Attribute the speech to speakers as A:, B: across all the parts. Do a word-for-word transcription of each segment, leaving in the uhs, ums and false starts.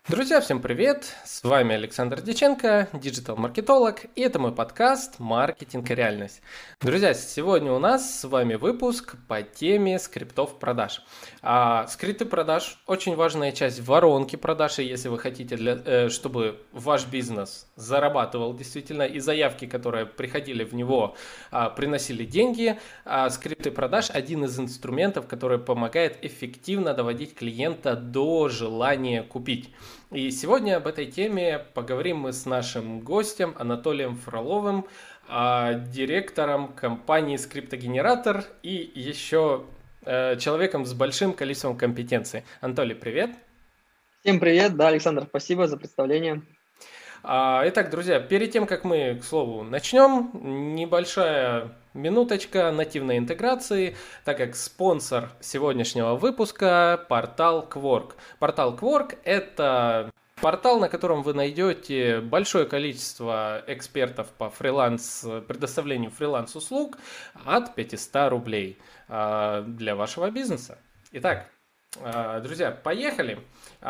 A: Друзья, всем привет! С вами Александр Дьяченко, диджитал-маркетолог, и это мой подкаст «Маркетинг и реальность». Друзья, сегодня у нас с вами выпуск по теме скриптов продаж. А, скрипты продаж – очень важная часть воронки продаж, и если вы хотите, для, э, чтобы ваш бизнес зарабатывал действительно, и заявки, которые приходили в него, а, приносили деньги, а скрипты продаж – один из инструментов, который помогает эффективно доводить клиента до желания купить. И сегодня об этой теме поговорим мы с нашим гостем Анатолием Фроловым, директором компании Скриптогенератор и еще человеком с большим количеством компетенций. Анатолий, привет!
B: Всем привет! Да, Александр, спасибо за представление.
A: Итак, друзья, перед тем, как мы, к слову, начнем, небольшая минуточка нативной интеграции, так как спонсор сегодняшнего выпуска – портал Quark. Портал Quark – это портал, на котором вы найдете большое количество экспертов по фриланс, предоставлению фриланс-услуг от пятьсот рублей для вашего бизнеса. Итак, друзья, поехали!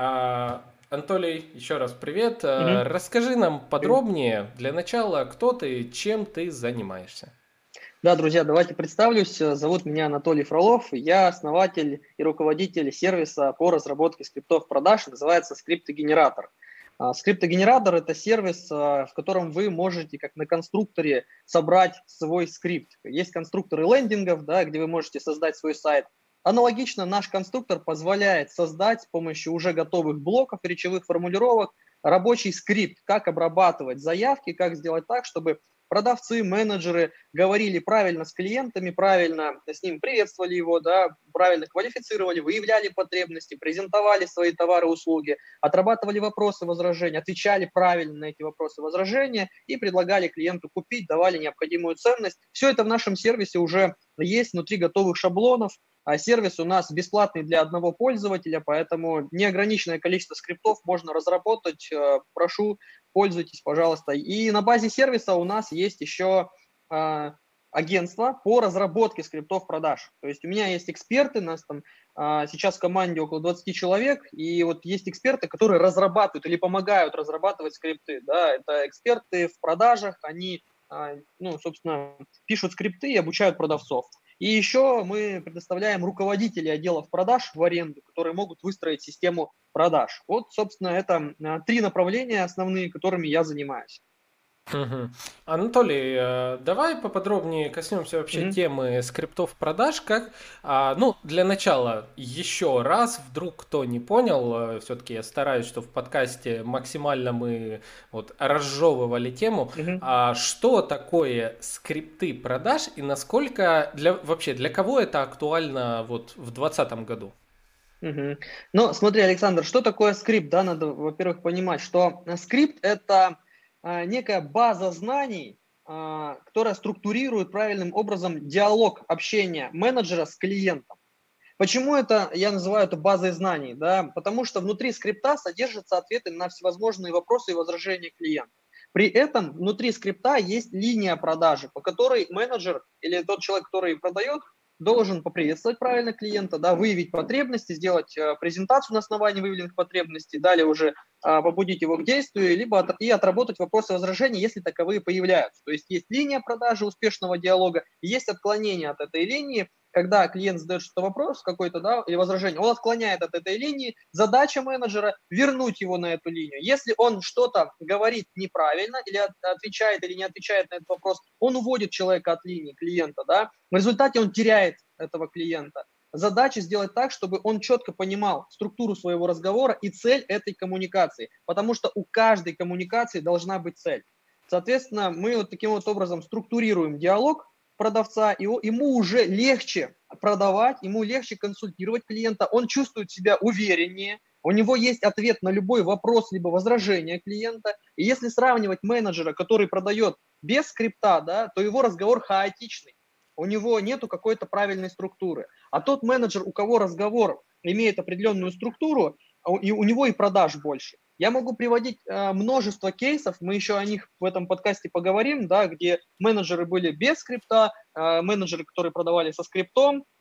A: Анатолий, еще раз привет. Угу. Расскажи нам подробнее, для начала, кто ты, чем ты занимаешься.
B: Да, друзья, давайте представлюсь. Зовут меня Анатолий Фролов. Я основатель и руководитель сервиса по разработке скриптов продаж, называется Скриптогенератор. Скриптогенератор – это сервис, в котором вы можете, как на конструкторе, собрать свой скрипт. Есть конструкторы лендингов, да, где вы можете создать свой сайт. Аналогично наш конструктор позволяет создать с помощью уже готовых блоков, речевых формулировок рабочий скрипт, как обрабатывать заявки, как сделать так, чтобы продавцы, менеджеры говорили правильно с клиентами, правильно с ним приветствовали его, да, правильно квалифицировали, выявляли потребности, презентовали свои товары и услуги, отрабатывали вопросы, возражения, отвечали правильно на эти вопросы, возражения и предлагали клиенту купить, давали необходимую ценность. Все это в нашем сервисе уже есть внутри готовых шаблонов. А сервис у нас бесплатный для одного пользователя, поэтому неограниченное количество скриптов можно разработать. Прошу, пользуйтесь, пожалуйста. И на базе сервиса у нас есть еще э, агентство по разработке скриптов продаж. То есть у меня есть эксперты, у нас там э, сейчас в команде около двадцати человек, и вот есть эксперты, которые разрабатывают или помогают разрабатывать скрипты. Да? Это эксперты в продажах, они, э, ну, собственно, пишут скрипты и обучают продавцов. И еще мы предоставляем руководителей отделов продаж в аренду, которые могут выстроить систему продаж. Вот, собственно, это три направления основные, которыми я занимаюсь.
A: Угу. Анатолий, давай поподробнее коснемся вообще mm-hmm. темы скриптов продаж. Как, а, ну, для начала еще раз, вдруг кто не понял, все-таки я стараюсь, что в подкасте максимально мы вот разжевывали тему. Mm-hmm. А, что такое скрипты продаж и насколько для вообще для кого это актуально вот в двадцатом году?
B: Угу. Ну, смотри, Александр, что такое скрипт? Да, надо, во-первых, понимать, что скрипт это а, некая база знаний, а, которая структурирует правильным образом диалог общения менеджера с клиентом. Почему это я называю это базой знаний? Да? Потому что внутри скрипта содержатся ответы на всевозможные вопросы и возражения клиента. При этом внутри скрипта есть линия продажи, по которой менеджер или тот человек, который продает, должен поприветствовать правильно клиента, да, выявить потребности, сделать э, презентацию на основании выявленных потребностей, далее уже э, побудить его к действию, либо от, и отработать вопросы возражений, если таковые появляются. То есть есть линия продажи успешного диалога, есть отклонение от этой линии. Когда клиент задает что-то вопрос какой-то, да, или возражение, он отклоняет от этой линии. Задача менеджера вернуть его на эту линию. Если он что-то говорит неправильно или от, отвечает или не отвечает на этот вопрос, он уводит человека от линии клиента, да. В результате он теряет этого клиента. Задача сделать так, чтобы он четко понимал структуру своего разговора и цель этой коммуникации, потому что у каждой коммуникации должна быть цель. Соответственно, мы вот таким вот образом структурируем диалог продавца, и ему уже легче продавать, ему легче консультировать клиента, он чувствует себя увереннее, у него есть ответ на любой вопрос либо возражение клиента. И если сравнивать менеджера, который продает без скрипта, да, то его разговор хаотичный, у него нету какой-то правильной структуры. А тот менеджер, у кого разговор имеет определенную структуру, и у него и продаж больше. Я могу приводить э, множество кейсов, мы еще о них в этом подкасте поговорим, да, где менеджеры были без скрипта, э, менеджеры, которые продавали со скриптом,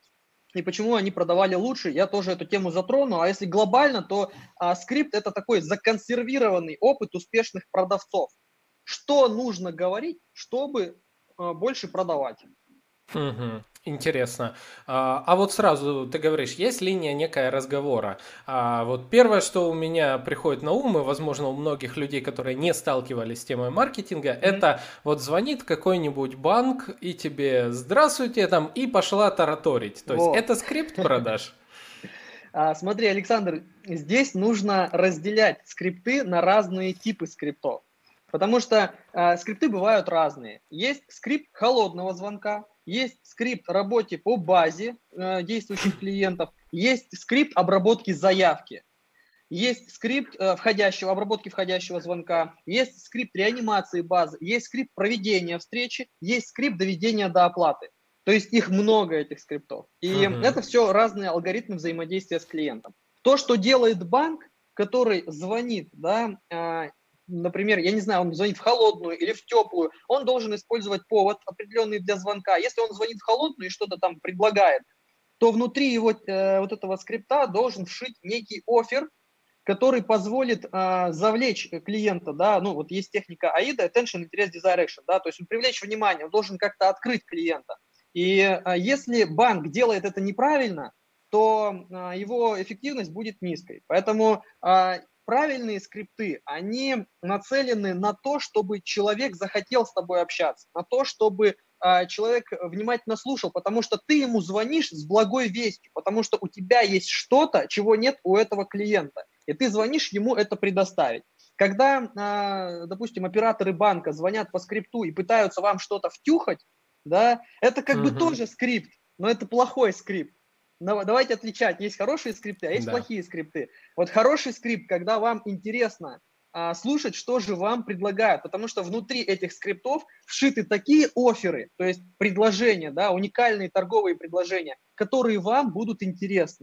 B: и почему они продавали лучше, я тоже эту тему затрону. А если глобально, то а, скрипт – это такой законсервированный опыт успешных продавцов. Что нужно говорить, чтобы а, больше продавать?
A: Мгм. Интересно. А, а вот сразу ты говоришь, есть линия некая разговора. А вот первое, что у меня приходит на ум, и, возможно, у многих людей, которые не сталкивались с темой маркетинга,
B: Мгм.
A: это вот звонит какой-нибудь банк и тебе «Здравствуйте» там, и пошла тараторить. То есть
B: Вот.
A: это скрипт продаж?
B: А, Смотри, Александр, здесь нужно разделять скрипты на разные типы скриптов. Потому что а, скрипты бывают разные. Есть скрипт холодного звонка, есть скрипт работе по базе э, действующих клиентов, есть скрипт обработки заявки, есть скрипт э, входящего, обработки входящего звонка, есть скрипт реанимации базы, есть скрипт проведения встречи, есть скрипт доведения до оплаты. То есть их много, этих скриптов. И
A: Мгм.
B: это все разные алгоритмы взаимодействия с клиентом. То, что делает банк, который звонит, да, э, например, я не знаю, он звонит в холодную или в теплую, он должен использовать повод определенный для звонка. Если он звонит в холодную и что-то там предлагает, то внутри его э, вот этого скрипта должен вшить некий оффер, который позволит а, завлечь клиента, да, ну вот есть техника аида, attention, interest, desire, action, да, то есть он привлечь внимание, он должен как-то открыть клиента. И а, если банк делает это неправильно, то а, его эффективность будет низкой. Поэтому а, правильные скрипты, они нацелены на то, чтобы человек захотел с тобой общаться, на то, чтобы а, человек внимательно слушал, потому что ты ему звонишь с благой вестью, потому что у тебя есть что-то, чего нет у этого клиента, и ты звонишь ему это предоставить. Когда, а, допустим, операторы банка звонят по скрипту и пытаются вам что-то втюхать, да, это как бы
A: Мгм.
B: тоже скрипт, но это плохой скрипт. Но давайте отличать. Есть хорошие скрипты, а есть
A: Да.
B: плохие скрипты. Вот хороший скрипт, когда вам интересно а, слушать, что же вам предлагают, потому что внутри этих скриптов вшиты такие офферы, то есть предложения, да, уникальные торговые предложения, которые вам будут интересны.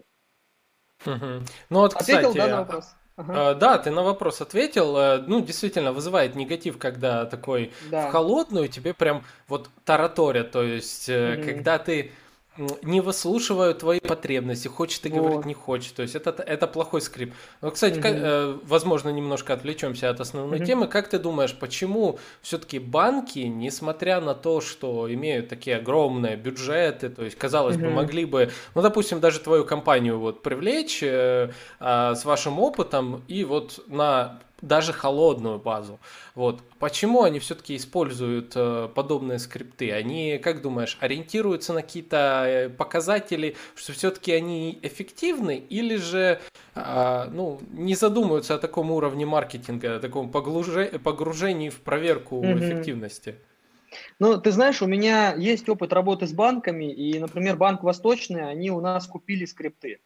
A: Мгм. Ну вот,
B: Ответил,
A: кстати,
B: да, на
A: а,
B: вопрос? Ага.
A: а, да, ты на вопрос ответил. Э, Ну, действительно, вызывает негатив, когда такой в
B: Да.
A: холодную тебе прям вот тараторят. То есть, э,
B: Мгм.
A: когда ты м, не выслушивают твои потребности, хочешь ты говорить,
B: Вот.
A: не хочешь. То есть, это, это плохой скрипт. Но, кстати, ка-
B: Мгм.
A: э, возможно, немножко отвлечемся от основной
B: Мгм.
A: темы. Как ты думаешь, почему все-таки банки, несмотря на то, что имеют такие огромные бюджеты, то есть, казалось бы,
B: Мгм.
A: могли бы, ну, допустим, даже твою компанию вот привлечь, э, а, с вашим опытом и вот на даже холодную базу. Вот. Почему они все-таки используют э, подобные скрипты? Они, как думаешь, ориентируются на какие-то э, показатели, что все-таки они эффективны, или же а, ну, не задумываются о таком уровне маркетинга, о таком поглуже- погружении в проверку
B: Мгм.
A: эффективности?
B: Ну, ты знаешь, у меня есть опыт работы с банками, и, например, Банк Восточный, они у нас купили скрипты.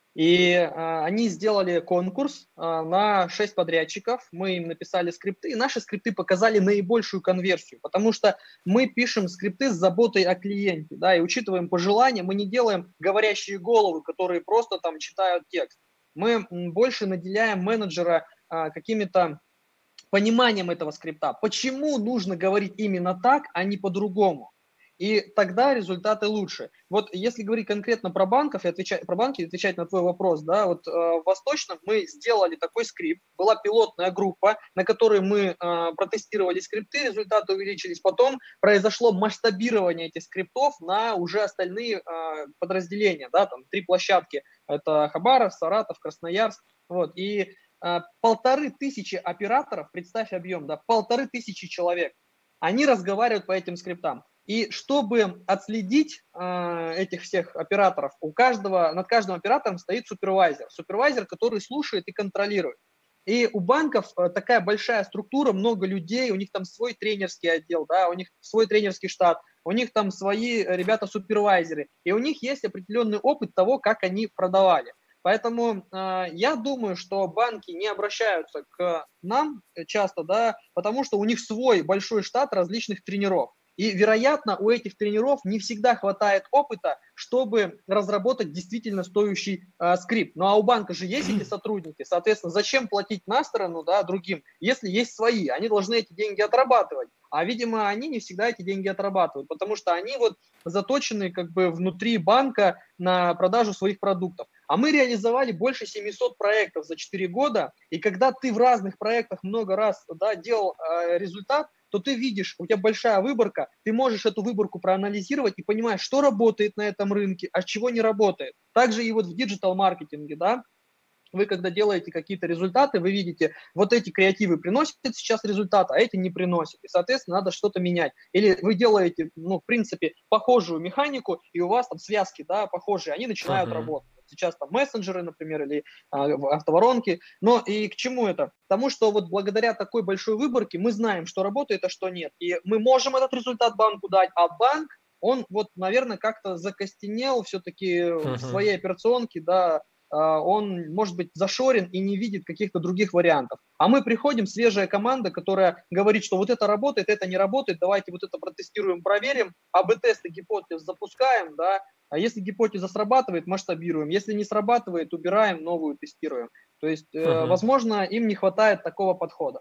B: И а, они сделали конкурс а, на шесть подрядчиков, мы им написали скрипты, и наши скрипты показали наибольшую конверсию, потому что мы пишем скрипты с заботой о клиенте, да, и учитываем пожелания, мы не делаем говорящие головы, которые просто там читают текст. Мы м, больше наделяем менеджера а, какими-то пониманием этого скрипта. Почему нужно говорить именно так, а не по-другому? И тогда результаты лучше. Вот если говорить конкретно про банков и отвечать про банки, отвечать на твой вопрос, да, вот э, в Восточном мы сделали такой скрипт, была пилотная группа, на которой мы э, протестировали скрипты, результаты увеличились, потом произошло масштабирование этих скриптов на уже остальные э, подразделения, да, там три площадки, это Хабаров, Саратов, Красноярск, вот, и а, полторы тысячи операторов, представь объем, да, полторы тысячи человек, они разговаривают по этим скриптам. И чтобы отследить э, этих всех операторов, у каждого, над каждым оператором стоит супервайзер. Супервайзер, который слушает и контролирует. И у банков э, такая большая структура, много людей, у них там свой тренерский отдел, да, у них свой тренерский штат, у них там свои ребята-супервайзеры, и у них есть определенный опыт того, как они продавали. Поэтому э, я думаю, что банки не обращаются к нам часто, да, потому что у них свой большой штат различных тренеров. И, вероятно, у этих тренеров не всегда хватает опыта, чтобы разработать действительно стоящий э, скрипт. Ну а у банка же есть эти сотрудники, соответственно, зачем платить на сторону, да, другим, если есть свои? Они должны эти деньги отрабатывать. А, видимо, они не всегда эти деньги отрабатывают, потому что они вот заточены как бы внутри банка на продажу своих продуктов. А мы реализовали больше семисот проектов за четыре года, и когда ты в разных проектах много раз, да, делал э, результат, то ты видишь, у тебя большая выборка, ты можешь эту выборку проанализировать и понимаешь, что работает на этом рынке, а чего не работает. Также и вот в диджитал-маркетинге, да, вы когда делаете какие-то результаты, вы видите, вот эти креативы приносят сейчас результат, а эти не приносят. И, соответственно, надо что-то менять. Или вы делаете, ну, в принципе, похожую механику, и у вас там связки, да, похожие, они начинают uh-huh. работать. Сейчас там мессенджеры, например, или а, автоворонки. Но и к чему это? Потому что вот благодаря такой большой выборке мы знаем, что работает, а что нет. И мы можем этот результат банку дать, а банк, он вот, наверное, как-то закостенел все-таки uh-huh. в своей операционке, да, он, может быть, зашорен и не видит каких-то других вариантов. А мы приходим, свежая команда, которая говорит, что вот это работает, это не работает, давайте вот это протестируем, проверим, АБ-тесты, гипотез запускаем, да, а если гипотеза срабатывает, масштабируем, если не срабатывает, убираем, новую тестируем. То есть, uh-huh. возможно, им не хватает такого подхода.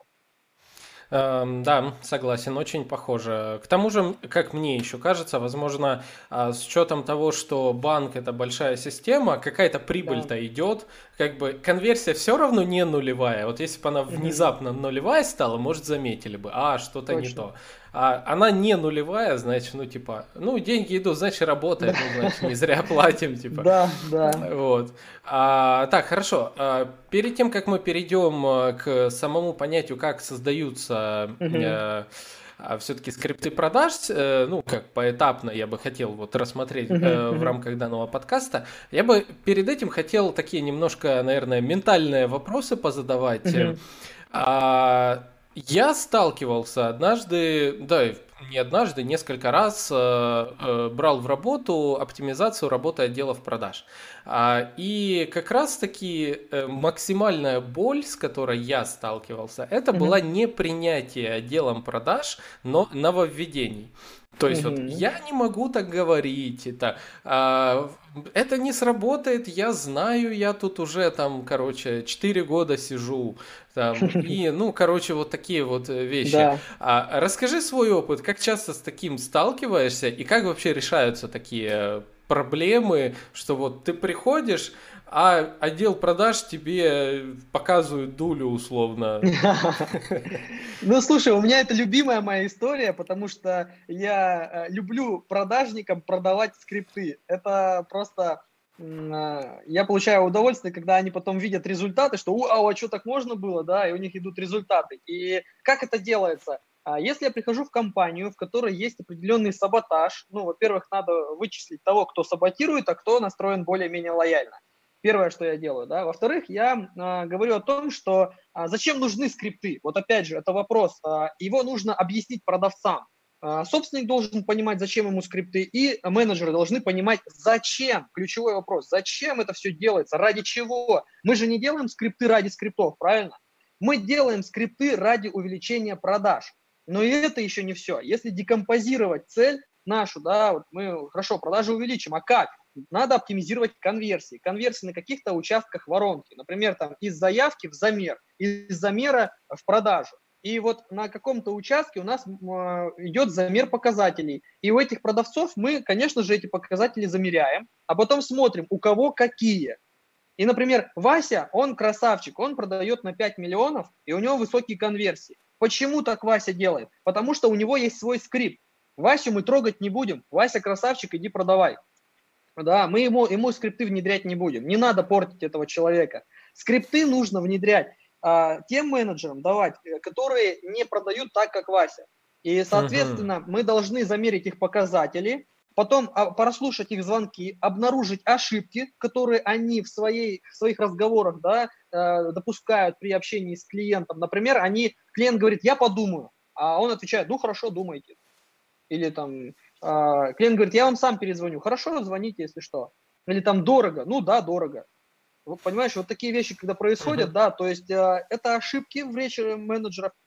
A: Да, согласен, очень похоже. К тому же, как мне еще кажется, возможно, с учетом того, что банк это большая система, какая-то прибыль-то да. идет, как бы конверсия все равно не нулевая. Вот если бы она внезапно нулевая стала, может, заметили бы, а, что-то не то. А она не нулевая, значит, ну, типа, ну, деньги идут, значит, работает, ну, значит, не зря платим, типа.
B: Да, да.
A: Вот. А, так, хорошо. А, перед тем, как мы перейдем к самому понятию, как создаются uh-huh. э, все-таки скрипты продаж, э, ну, как поэтапно я бы хотел вот рассмотреть uh-huh, э, в uh-huh. рамках данного подкаста, я бы перед этим хотел такие немножко, наверное, ментальные вопросы позадавать. Uh-huh. А, Я сталкивался однажды, да, не однажды, несколько раз э, э, брал в работу оптимизацию работы отделов продаж. А, и как раз-таки э, максимальная боль, с которой я сталкивался, это mm-hmm. была не принятие отделом продаж, но нововведений. То есть mm-hmm. вот я не могу так говорить, это, а, это не сработает, я знаю, я тут уже там, короче, четыре года сижу, там, и, ну, короче, вот такие вот вещи.
B: Да.
A: А, расскажи свой опыт, как часто с таким сталкиваешься и как вообще решаются такие проблемы, что вот ты приходишь, а отдел продаж тебе показывают дулю условно.
B: Ну, слушай, у меня это любимая моя история, потому что я люблю продажникам продавать скрипты. Это просто... Я получаю удовольствие, когда они потом видят результаты, что «А, а что, так можно было?» да, и у них идут результаты. И как это делается? Если я прихожу в компанию, в которой есть определенный саботаж, ну, во-первых, надо вычислить того, кто саботирует, а кто настроен более-менее лояльно. Первое, что я делаю, да. Во-вторых, я а, говорю о том, что а, зачем нужны скрипты. Вот опять же, это вопрос. А, его нужно объяснить продавцам. А, собственник должен понимать, зачем ему скрипты, и менеджеры должны понимать, зачем. Ключевой вопрос. Зачем это все делается? Ради чего? Мы же не делаем скрипты ради скриптов, правильно? Мы делаем скрипты ради увеличения продаж. Но и это еще не все. Если декомпозировать цель нашу, да, вот мы, хорошо, продажи увеличим, а как? Надо оптимизировать конверсии. Конверсии на каких-то участках воронки. Например, там из заявки в замер, из замера в продажу. И вот на каком-то участке у нас идет замер показателей. И у этих продавцов мы, конечно же, эти показатели замеряем, а потом смотрим, у кого какие. И, например, Вася, он красавчик, он продает на пять миллионов, и у него высокие конверсии. Почему так Вася делает? Потому что у него есть свой скрипт. Васю мы трогать не будем. Вася красавчик, иди продавай. Да, мы ему, ему скрипты внедрять не будем. Не надо портить этого человека. Скрипты нужно внедрять а, тем менеджерам, давать, которые не продают так, как Вася. И, соответственно, uh-huh. мы должны замерить их показатели, потом а, прослушать их звонки, обнаружить ошибки, которые они в, своей, в своих разговорах, да, э, допускают при общении с клиентом. Например, они, клиент говорит, я подумаю, а он отвечает, ну хорошо, думайте. Или там... Клиент говорит, я вам сам перезвоню. Хорошо, звоните, если что. Или там дорого. Ну да, дорого. Вот, понимаешь, вот такие вещи, когда происходят, uh-huh. да, то есть э, это ошибки в речи менеджеров,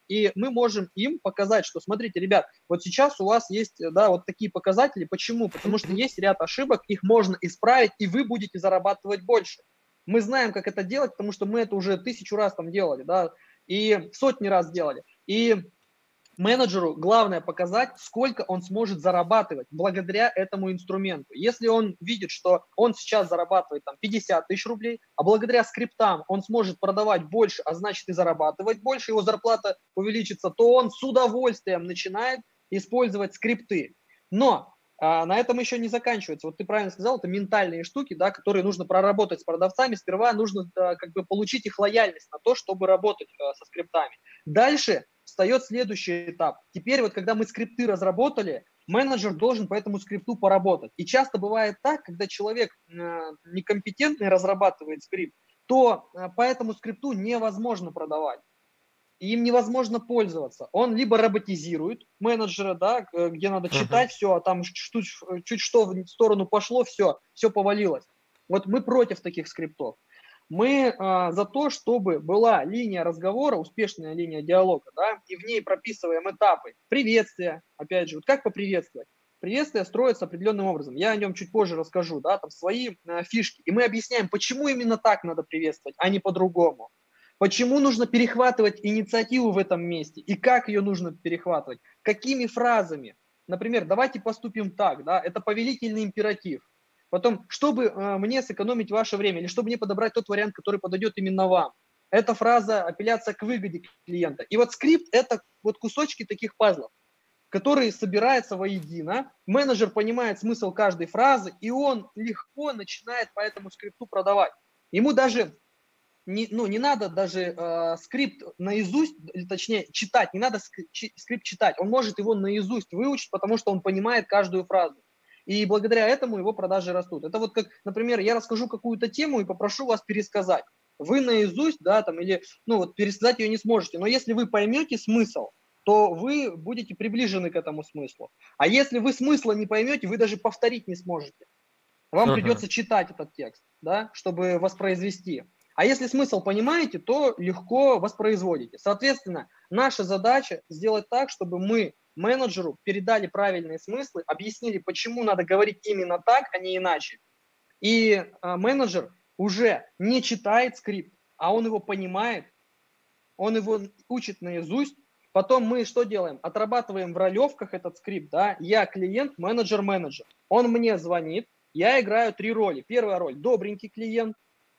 B: и мы можем им показать, что, смотрите, ребят, вот сейчас у вас есть, да, вот такие показатели. Почему? Потому что есть ряд ошибок, их можно исправить, и вы будете зарабатывать больше. Мы знаем, как это делать, потому что мы это уже тысячу раз там делали, да, и сотни раз делали. И менеджеру главное показать, сколько он сможет зарабатывать благодаря этому инструменту. Если он видит, что он сейчас зарабатывает там пятьдесят тысяч рублей, а благодаря скриптам он сможет продавать больше, а значит и зарабатывать больше, его зарплата увеличится, то он с удовольствием начинает использовать скрипты. Но а, на этом еще не заканчивается. Вот ты правильно сказал, это ментальные штуки, да, которые нужно проработать с продавцами. Сперва нужно а, как бы получить их лояльность на то, чтобы работать а, со скриптами. Дальше встает следующий этап. Теперь вот когда мы скрипты разработали, менеджер должен по этому скрипту поработать. И часто бывает так, когда человек э, некомпетентный разрабатывает скрипт, то э, по этому скрипту невозможно продавать. И им невозможно пользоваться. Он либо роботизирует менеджера, да, где надо читать uh-huh. все, а там чуть, чуть что в сторону пошло, все, все повалилось. Вот мы против таких скриптов. Мы а, за то, чтобы была линия разговора, успешная линия диалога, да, и в ней прописываем этапы. Приветствия, опять же, вот как поприветствовать? Приветствие строится определенным образом. Я о нем чуть позже расскажу, да, там свои а, фишки. И мы объясняем, почему именно так надо приветствовать, а не по-другому. Почему нужно перехватывать инициативу в этом месте и как ее нужно перехватывать, какими фразами. Например, давайте поступим так, да, это повелительный императив. Потом, чтобы э, мне сэкономить ваше время или чтобы мне подобрать тот вариант, который подойдет именно вам. Это фраза апелляция к выгоде клиента. И вот скрипт – это вот кусочки таких пазлов, которые собираются воедино. Менеджер понимает смысл каждой фразы, и он легко начинает по этому скрипту продавать. Ему даже не, ну, не надо даже э, скрипт наизусть, или точнее читать, не надо скрипт читать. Он может его наизусть выучить, потому что он понимает каждую фразу. И благодаря этому его продажи растут. Это вот как, например, я расскажу какую-то тему и попрошу вас пересказать. Вы наизусть, да, там, или, ну, вот пересказать ее не сможете. Но если вы поймете смысл, то вы будете приближены к этому смыслу. А если вы смысла не поймете, вы даже повторить не сможете. Вам uh-huh. придется читать этот текст, да, чтобы воспроизвести. А если смысл понимаете, то легко воспроизводите. Соответственно, наша задача сделать так, чтобы мы менеджеру передали правильные смыслы, объяснили, почему надо говорить именно так, а не иначе. И а, менеджер уже не читает скрипт, а он его понимает, он его учит наизусть. Потом мы что делаем? Отрабатываем в ролевках этот скрипт. Да? Я клиент, менеджер, менеджер. Он мне звонит, я играю три роли. Первая роль – добренький клиент.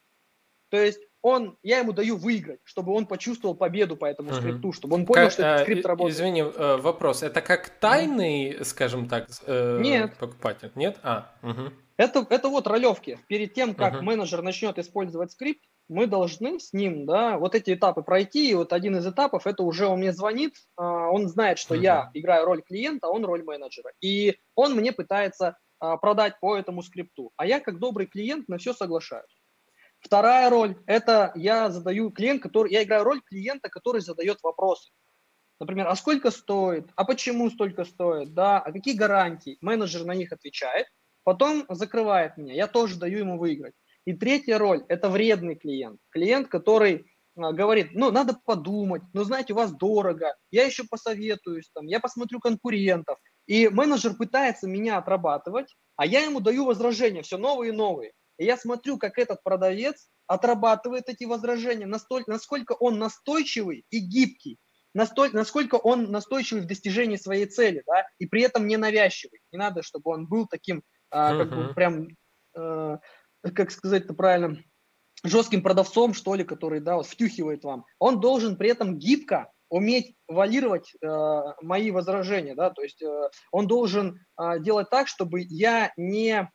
B: То есть он, я ему даю выиграть, чтобы он почувствовал победу по этому uh-huh. скрипту, чтобы он понял, как, что этот скрипт э, работает.
A: Извини, э, вопрос. Это как тайный, uh-huh. скажем так, э,
B: Нет.
A: покупатель? Нет? А, угу.
B: это, это вот ролевки. Перед тем, как uh-huh. менеджер начнет использовать скрипт, мы должны с ним, да, вот эти этапы пройти. И вот один из этапов, это уже он мне звонит, э, он знает, что uh-huh. я играю роль клиента, а он роль менеджера. И он мне пытается э, продать по этому скрипту. А я, как добрый клиент, на все соглашаюсь. Вторая роль – это я задаю клиент, который, я играю роль клиента, который задает вопросы. Например, а сколько стоит, а почему столько стоит, да, а какие гарантии? Менеджер на них отвечает, потом закрывает меня, я тоже даю ему выиграть. И третья роль – это вредный клиент. Клиент, который а, говорит, ну, надо подумать, ну, знаете, у вас дорого, я еще посоветуюсь, там, я посмотрю конкурентов. И менеджер пытается меня отрабатывать, а я ему даю возражения, все новые и новые. И я смотрю, как этот продавец отрабатывает эти возражения, настолько, насколько он настойчивый и гибкий, настолько, насколько он настойчивый в достижении своей цели, да, и при этом не навязчивый. Не надо, чтобы он был таким, а, как uh-huh. бы прям, а, как сказать-то правильно, жестким продавцом, что ли, который, да, вот втюхивает вам. Он должен при этом гибко уметь валировать э, мои возражения, да, то есть э, он должен э, делать так, чтобы я не,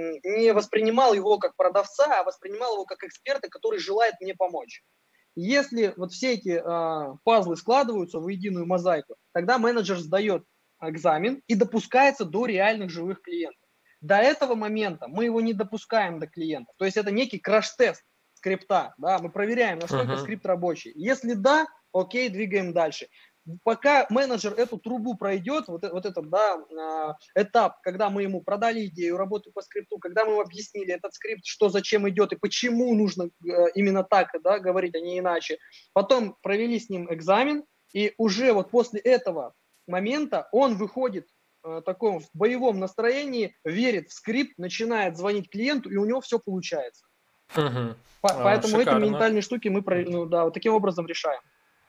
B: не воспринимал его как продавца, а воспринимал его как эксперта, который желает мне помочь. Если вот все эти э, пазлы складываются в единую мозаику, тогда менеджер сдает экзамен и допускается до реальных живых клиентов. До этого момента мы его не допускаем до клиентов, то есть это некий краш-тест скрипта, да, мы проверяем, насколько uh-huh. скрипт рабочий. Если да, окей, двигаем дальше. Пока менеджер эту трубу пройдет, вот, вот этот да, этап, когда мы ему продали идею, работу по скрипту, когда мы ему объяснили этот скрипт, что зачем идет и почему нужно именно так да, говорить, а не иначе. Потом провели с ним экзамен, И уже вот после этого момента он выходит в таком в боевом настроении, верит в скрипт, начинает звонить клиенту, и у него все получается.
A: Мгм.
B: По-
A: А,
B: Поэтому эти
A: шикарно.
B: ментальные штуки мы про- ну, да, вот таким образом решаем.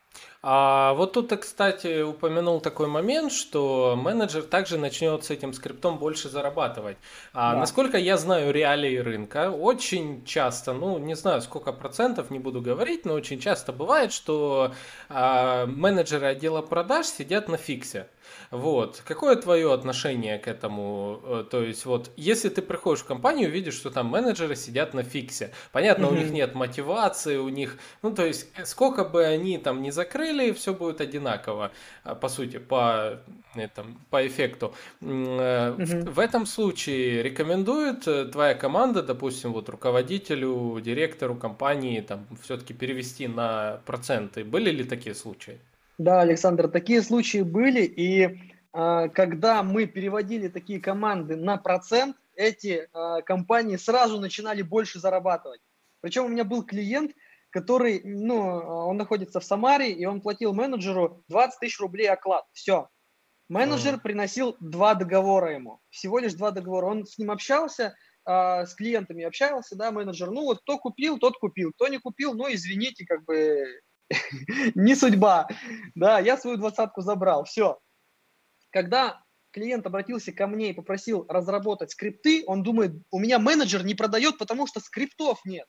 A: А вот тут ты, кстати, упомянул такой момент, что менеджер также начнет с этим скриптом больше зарабатывать. А
B: Да.
A: насколько я знаю реалии рынка, очень часто, ну не знаю сколько процентов, не буду говорить, но очень часто бывает, что а, менеджеры отдела продаж сидят на фиксе. Вот. Какое твое отношение к этому? Э, То есть, вот, если ты приходишь в компанию, видишь, что там менеджеры сидят на фиксе. Понятно, у них
B: Мгм.
A: нет мотивации, у них, ну, то есть, э, сколько бы они там не закрыли, все будет одинаково, а, по сути, по, этом, по эффекту. М, э, В,
B: Мгм.
A: в этом случае рекомендует э, твоя команда, допустим, вот руководителю, директору компании, там, все-таки перевести на проценты. Были ли такие случаи?
B: Да, Александр, такие случаи были, и а, когда мы переводили такие команды на процент, эти а, компании сразу начинали больше зарабатывать. Причем у меня был клиент, который, ну, а, он находится в Самаре, и он платил менеджеру двадцать тысяч рублей оклад. Все.
A: М.
B: Менеджер приносил два договора ему, всего лишь два договора. Он с ним общался, а, с клиентами общался, да, менеджер. Ну вот кто купил, тот купил, кто не купил, ну извините, как бы не судьба. Да, я свою двадцатку забрал, все. Когда клиент обратился ко мне и попросил разработать скрипты, он думает, у меня менеджер не продает, потому что скриптов нет.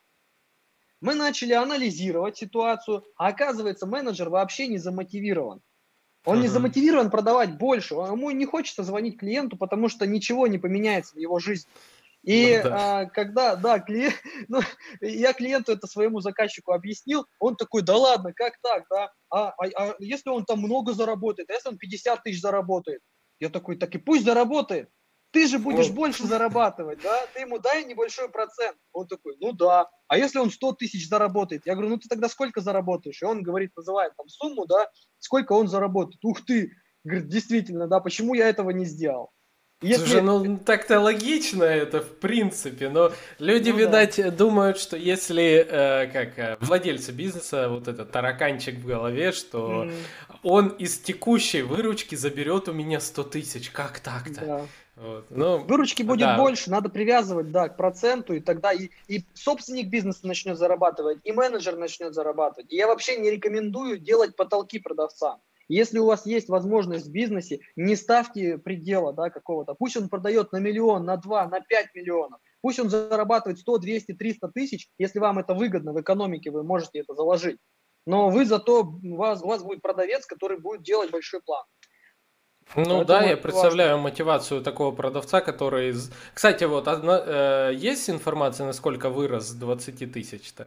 B: Мы начали анализировать ситуацию, а оказывается, менеджер вообще не замотивирован. Он не
A: Мгм.
B: замотивирован продавать больше, он- ему не хочется звонить клиенту, потому что ничего не поменяется в его жизни. И
A: Ну да.
B: а, когда, да, клиент, ну, я клиенту это своему заказчику объяснил, он такой, да ладно, как так, да, а, а, а если он там много заработает, а если он пятьдесят тысяч заработает? Я такой, так и пусть заработает, ты же будешь
A: Ну,
B: больше зарабатывать, да, ты ему дай небольшой процент. Он такой, ну да, а если он сто тысяч заработает? Я говорю, ну ты тогда сколько заработаешь? И он говорит, называет там сумму, да, сколько он заработает. Ух ты, говорит, действительно, да, почему я этого не сделал?
A: слушай,
B: Если,
A: ну так-то логично это в принципе, но люди,
B: ну да.
A: видать, думают, что если, э, как э, владельцы бизнеса, вот этот тараканчик в голове, что
B: Мгм.
A: он из текущей выручки заберет у меня сто тысяч, как так-то?
B: Да.
A: Вот. Ну,
B: Выручки будет
A: да,
B: больше, надо привязывать, да, к проценту, и тогда и, и собственник бизнеса начнет зарабатывать, и менеджер начнет зарабатывать. И я вообще не рекомендую делать потолки продавцам. Если у вас есть возможность в бизнесе, не ставьте предела, да, какого-то. Пусть он продает на миллион, на два, на пять миллионов. Пусть он зарабатывает сто, двести, триста тысяч. Если вам это выгодно в экономике, вы можете это заложить. Но вы зато, у вас, у вас будет продавец, который будет делать большой план.
A: ну да,
B: Поэтому
A: я
B: это важно.
A: представляю мотивацию такого продавца, который... из- Кстати, вот одна- э, есть информация, насколько вырос с двадцати тысяч-то?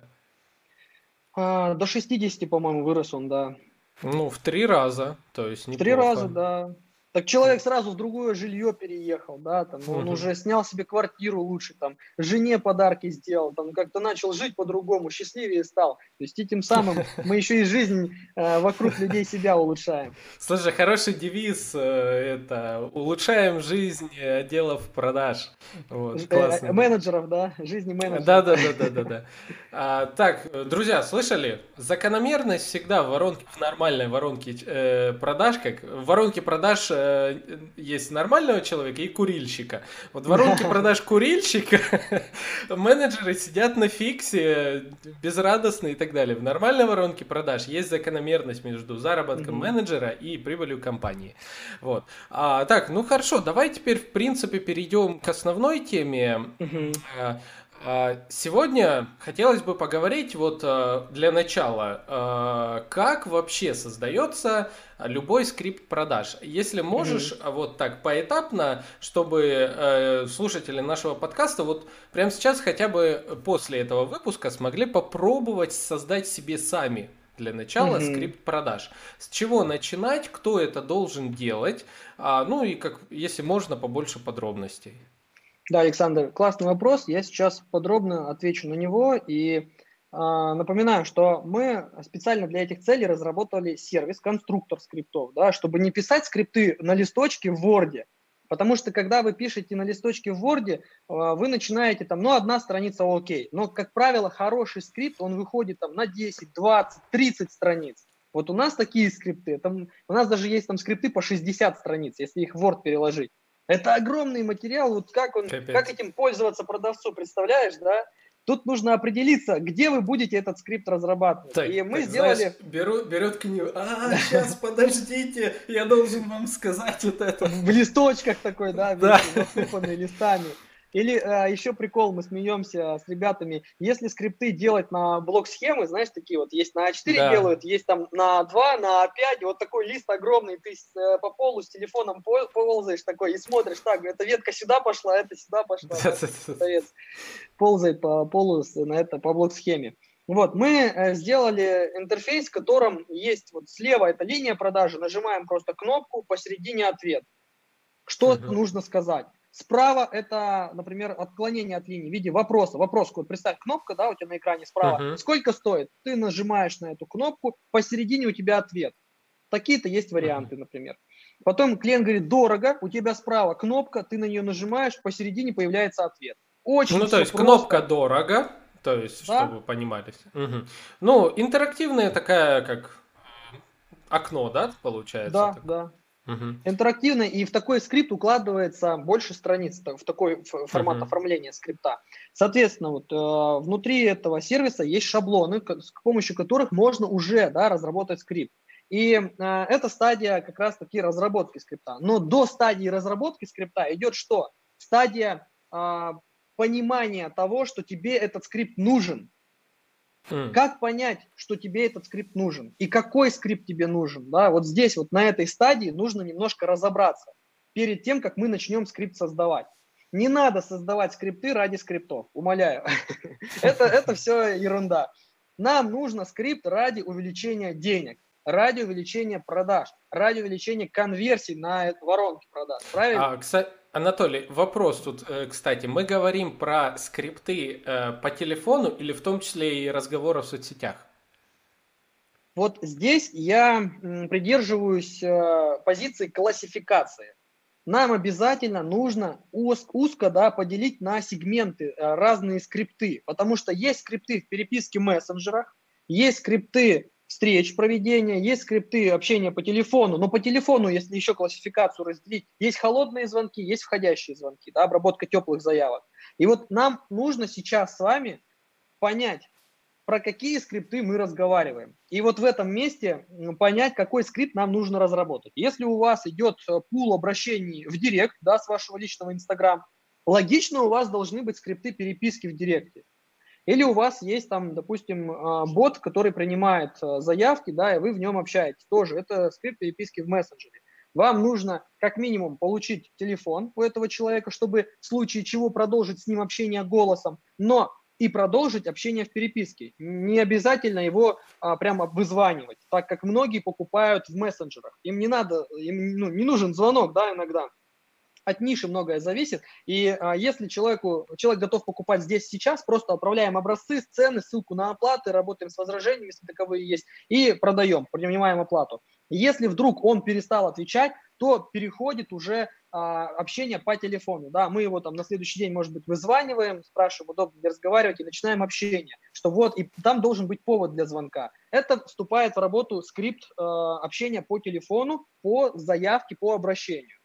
B: А, до шестидесяти, по-моему, вырос он, да.
A: Ну, в три раза, то есть
B: В три раза,
A: неплохо.
B: да. Так человек сразу в другое жилье переехал, да, там, он
A: Мгм.
B: уже снял себе квартиру лучше, там, жене подарки сделал, там, как-то начал жить по-другому, счастливее стал. То есть и тем самым мы еще и жизнь э, вокруг людей себя улучшаем.
A: Слушай, хороший девиз, э, это улучшаем жизнь э, отделов продаж. Вот,
B: Ж- э, э,
A: классно.
B: менеджеров, да, жизни
A: Да,
B: менеджеров.
A: да, да, да, да, да. А, так, э, друзья, слышали? Закономерность всегда в воронке, в нормальной воронке э, продаж, как в воронке продаж э, есть нормального человека и курильщика. Вот в воронке
B: Да.
A: продаж курильщика менеджеры сидят на фиксе, безрадостные и так далее. В нормальной воронке продаж есть закономерность между заработком
B: Мгм.
A: менеджера и прибылью компании. Вот. А, так, ну хорошо, давай теперь в принципе перейдем к основной теме.
B: Мгм.
A: А, а, Сегодня хотелось бы поговорить вот а, для начала, а, как вообще создается любой скрипт продаж. Если
B: Мгм.
A: можешь, а, вот так поэтапно, чтобы э, слушатели нашего подкаста вот прямо сейчас хотя бы после этого выпуска смогли попробовать создать себе сами для начала
B: Мгм.
A: скрипт продаж. С чего начинать, кто это должен делать, а, ну и как, если можно, побольше подробностей.
B: Да, Александр, классный вопрос. Я сейчас подробно отвечу на него. И а, напоминаю, что мы специально для этих целей разработали сервис, конструктор скриптов, да, чтобы не писать скрипты на листочке в Word. Потому что когда вы пишете на листочке в Word, а, вы начинаете там, ну, одна страница окей. Но, как правило, хороший скрипт, он выходит там на десять, двадцать, тридцать страниц. Вот у нас такие скрипты, там, у нас даже есть там скрипты по шестьдесят страниц, если их в Word переложить. Это огромный материал, вот как, он, как этим пользоваться продавцу, представляешь, да? Тут нужно определиться, где вы будете этот скрипт разрабатывать.
A: Так,
B: и мы
A: так,
B: сделали...
A: Знаешь, беру, берет книгу, а, сейчас, подождите, я должен вам сказать вот это.
B: В листочках такой, да, засыпанный листами. Или а, еще прикол, мы смеемся с ребятами, если скрипты делать на блок-схемы, знаешь, такие вот, есть на а четыре да. делают, есть там на а два, на а пять, вот такой лист огромный, ты с, по полу с телефоном ползаешь такой и смотришь, так, эта ветка сюда пошла, эта сюда пошла, ползает по полу на это, по блок-схеме. Вот, мы сделали интерфейс, в котором есть вот слева это линия продажи, нажимаем просто кнопку, посередине ответ. Что uh-huh. нужно сказать? Справа это, например, отклонение от линии в виде вопроса. Вопрос, вот представь, кнопка, да, у тебя на экране справа. Uh-huh. Сколько стоит? Ты нажимаешь на эту кнопку, посередине у тебя ответ. Такие-то есть варианты, uh-huh. например. Потом клиент говорит, дорого, у тебя справа кнопка, ты на нее нажимаешь, посередине появляется ответ. Очень
A: ну, то есть просто. Кнопка дорого, то есть, да? чтобы вы понимали. Угу. Ну, интерактивная такая, как окно, да, получается?
B: Да,
A: так?
B: да.
A: Угу.
B: Интерактивно, и в такой скрипт укладывается больше страниц, в такой формат uh-huh. оформления скрипта. Соответственно, вот, э, внутри этого сервиса есть шаблоны, с помощью которых можно уже да, разработать скрипт. И э, это стадия как раз-таки разработки скрипта. Но до стадии разработки скрипта идет что? Стадия э, понимания того, что тебе этот скрипт нужен. Mm. Как понять, что тебе этот скрипт нужен и какой скрипт тебе нужен? Да? Вот здесь, вот на этой стадии нужно немножко разобраться перед тем, как мы начнем скрипт создавать. Не надо создавать скрипты ради скриптов, умоляю. это, это все ерунда. Нам нужно скрипт ради увеличения денег, ради увеличения продаж, ради увеличения конверсий на воронке продаж. Правильно?
A: А, кстати, Анатолий, вопрос тут, кстати, мы говорим про скрипты по телефону или в том числе и разговоры в соцсетях?
B: Вот здесь я придерживаюсь позиции классификации. Нам обязательно нужно узко да, поделить на сегменты разные скрипты, потому что есть скрипты в переписке в мессенджерах, есть скрипты встреч проведения, есть скрипты общения по телефону, но по телефону, если еще классификацию разделить, есть холодные звонки, есть входящие звонки, да, обработка теплых заявок. И вот нам нужно сейчас с вами понять, про какие скрипты мы разговариваем. И вот в этом месте понять, какой скрипт нам нужно разработать. Если у вас идет пул обращений в директ, да, с вашего личного Инстаграм, логично у вас должны быть скрипты переписки в директе. Или у вас есть там, допустим, бот, который принимает заявки, да, и вы в нем общаетесь. Тоже это скрипт переписки в мессенджере. Вам нужно как минимум получить телефон у этого человека, чтобы в случае чего продолжить с ним общение голосом, но и продолжить общение в переписке. Не обязательно его а, прямо вызванивать, так как многие покупают в мессенджерах. Им не надо, им ну, не нужен звонок, да, иногда. От ниши многое зависит, и а, если человеку, человек готов покупать здесь сейчас, просто отправляем образцы, цены, ссылку на оплаты, работаем с возражениями, если таковые есть, и продаем, принимаем оплату. Если вдруг он перестал отвечать, то переходит уже а, общение по телефону. Да? Мы его там на следующий день, может быть, вызваниваем, спрашиваем, удобно ли разговаривать, и начинаем общение. Что вот, и там должен быть повод для звонка. Это вступает в работу скрипт а, общения по телефону, по заявке, по обращению.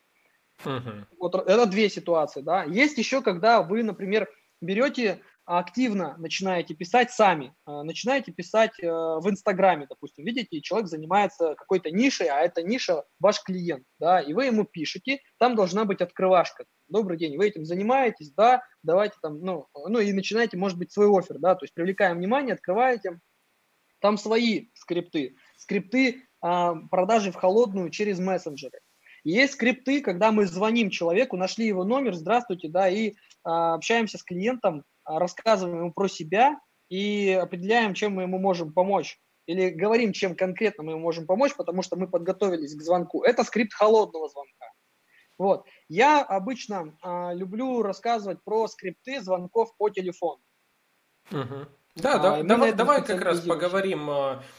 B: Uh-huh. Вот это две ситуации, да. Есть еще, когда вы, например, берете активно, начинаете писать сами, начинаете писать в Инстаграме, допустим, видите, человек занимается какой-то нишей, а эта ниша ваш клиент, да, и вы ему пишете, там должна быть открывашка. Добрый день, вы этим занимаетесь, да, давайте там, ну, ну и начинаете, может быть, свой оффер, да, то есть привлекаем внимание, открываете, там свои скрипты, скрипты а, продажи в холодную через мессенджеры. Есть скрипты, когда мы звоним человеку, нашли его номер, здравствуйте, да, и а, общаемся с клиентом, а, рассказываем ему про себя и определяем, чем мы ему можем помочь. Или говорим, чем конкретно мы ему можем помочь, потому что мы подготовились к звонку. Это скрипт холодного звонка. Вот. Я обычно а, люблю рассказывать про скрипты звонков по телефону.
A: Угу. Да, а, да давай, давай как раз поговорим...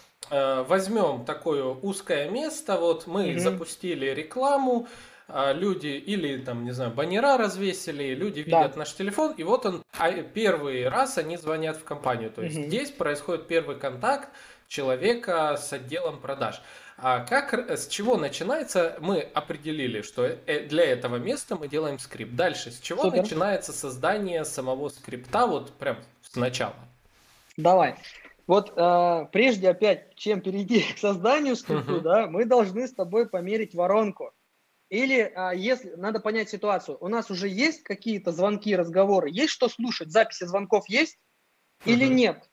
A: Возьмем такое узкое место, вот мы mm-hmm. запустили рекламу, люди или там, не знаю, баннера развесили, люди видят да. наш телефон, и вот он, а первый раз они звонят в компанию, то есть mm-hmm. здесь происходит первый контакт, человека с отделом продаж. А как, с чего начинается? Мы определили, что э- для этого места мы делаем скрипт. Дальше, с чего
B: Супер.
A: начинается создание самого скрипта, вот прям сначала?
B: Давай. Вот э, прежде опять, чем перейти к созданию скрипту,
A: Мгм.
B: да, мы должны с тобой померить воронку. Или а, если надо понять ситуацию, у нас уже есть какие-то звонки, разговоры, есть что слушать, записи звонков есть или
A: Мгм.
B: нет?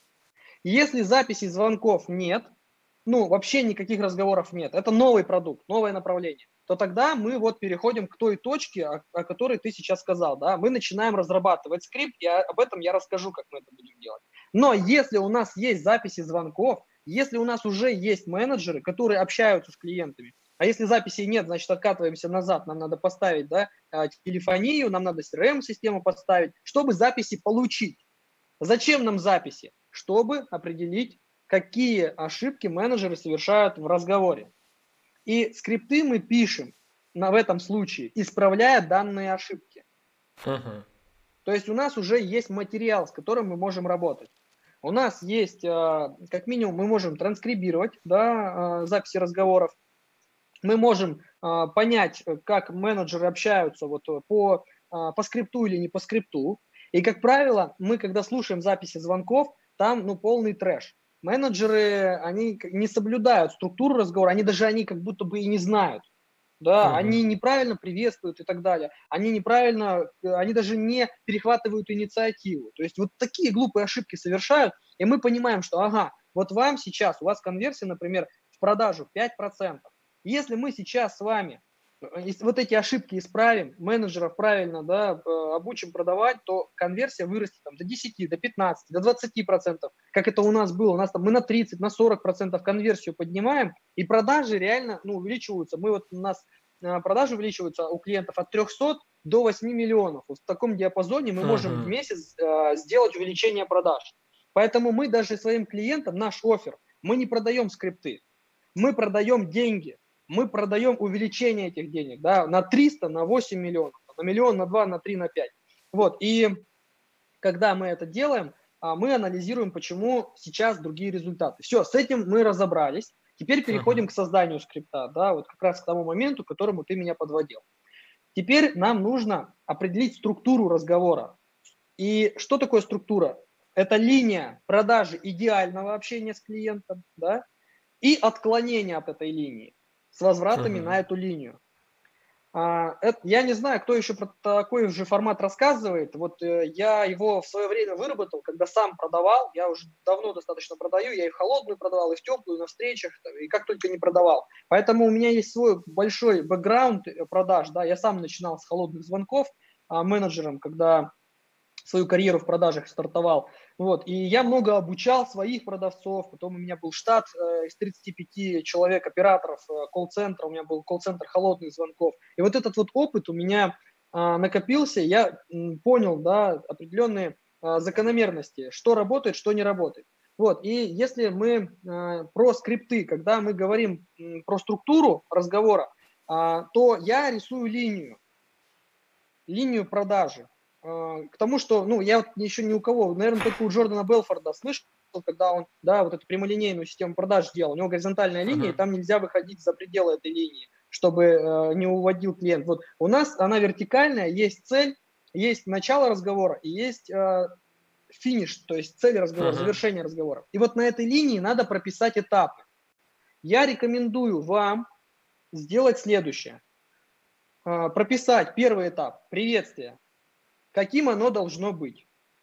B: Если записи звонков нет, ну вообще никаких разговоров нет, это новый продукт, новое направление, то тогда мы вот переходим к той точке, о, о которой ты сейчас сказал, да, мы начинаем разрабатывать скрипт, и о- об этом я расскажу, как мы это будем делать. Но если у нас есть записи звонков, если у нас уже есть менеджеры, которые общаются с клиентами, а если записей нет, значит откатываемся назад, нам надо поставить, да, а, телефонию, нам надо си эр эм-систему поставить, чтобы записи получить. Зачем нам записи? Чтобы определить, какие ошибки менеджеры совершают в разговоре. И скрипты мы пишем на, в этом случае, исправляя данные ошибки.
A: Мгм.
B: То есть у нас уже есть материал, с которым мы можем работать. У нас есть, э, как минимум, мы можем транскрибировать, да, э, записи разговоров. Мы можем э, понять, э, как менеджеры общаются вот, э, по, э, по скрипту или не по скрипту. И, как правило, мы, когда слушаем записи звонков, там ну, полный трэш. Менеджеры, они к- не соблюдают структуру разговора, они даже они как будто бы и не знают. Да,
A: Мгм.
B: они неправильно приветствуют и так далее. Они неправильно, э, они даже не перехватывают инициативу. То есть вот такие глупые ошибки совершают, и мы понимаем, что ага, вот вам сейчас, у вас конверсия, например, в продажу пять процентов. Если мы сейчас с вами э, ис- вот эти ошибки исправим, менеджеров правильно, да, э, обучим продавать, то конверсия вырастет там, до десяти, до пятнадцати, до двадцати процентов, как это у нас было. У нас там мы на тридцать, на сорок процентов конверсию поднимаем, и продажи реально ну, увеличиваются. Мы вот у нас э, продажи увеличиваются у клиентов от трехсот до восьми миллионов. Вот в таком диапазоне мы можем в
A: Мгм.
B: месяц э, сделать увеличение продаж. Поэтому мы даже своим клиентам, наш оффер, мы не продаем скрипты, мы продаем деньги, мы продаем увеличение этих денег, да, на триста, на восемь миллионов, на миллион, на два, на три, на пять. Вот, и когда мы это делаем, а, мы анализируем, почему сейчас другие результаты. Все, с этим мы разобрались. Теперь
A: Мгм.
B: переходим к созданию скрипта, да, вот как раз к тому моменту, к которому ты меня подводил. Теперь нам нужно определить структуру разговора. И что такое структура? Это линия продажи идеального общения с клиентом, да, и отклонение от этой линии с возвратами
A: Мгм.
B: на эту линию. А, это, я не знаю, кто еще про такой же формат рассказывает. Вот э, я его в свое время выработал, когда сам продавал. Я уже давно достаточно продаю. Я и в холодную продавал, и в теплую, на встречах, и как только не продавал. Поэтому у меня есть свой большой бэкграунд э, продаж. Да, я сам начинал с холодных звонков а, менеджером, когда свою карьеру в продажах стартовал. Вот. И я много обучал своих продавцов. Потом у меня был штат э, из тридцати пяти человек, операторов э, колл-центра. У меня был колл-центр холодных звонков. И вот этот вот опыт у меня э, накопился. Я м, понял, да, определенные э, закономерности, что работает, что не работает. Вот. И если мы э, про скрипты, когда мы говорим м, про структуру разговора, э, то я рисую линию линию продажи. А, К тому, что, ну, я вот еще ни у кого, наверное, только у Джордана Белфорда слышал, когда он, да, вот эту прямолинейную систему продаж делал. У него горизонтальная линия, и
A: Мгм.
B: там нельзя выходить за пределы этой линии, чтобы э, не уводил клиент. Вот у нас она вертикальная, есть цель, есть начало разговора и есть э, финиш, то есть цель разговора,
A: Мгм.
B: завершение разговора. И вот на этой линии надо прописать этапы. Я рекомендую вам сделать следующее. А, Прописать первый этап – приветствие. Каким оно должно быть?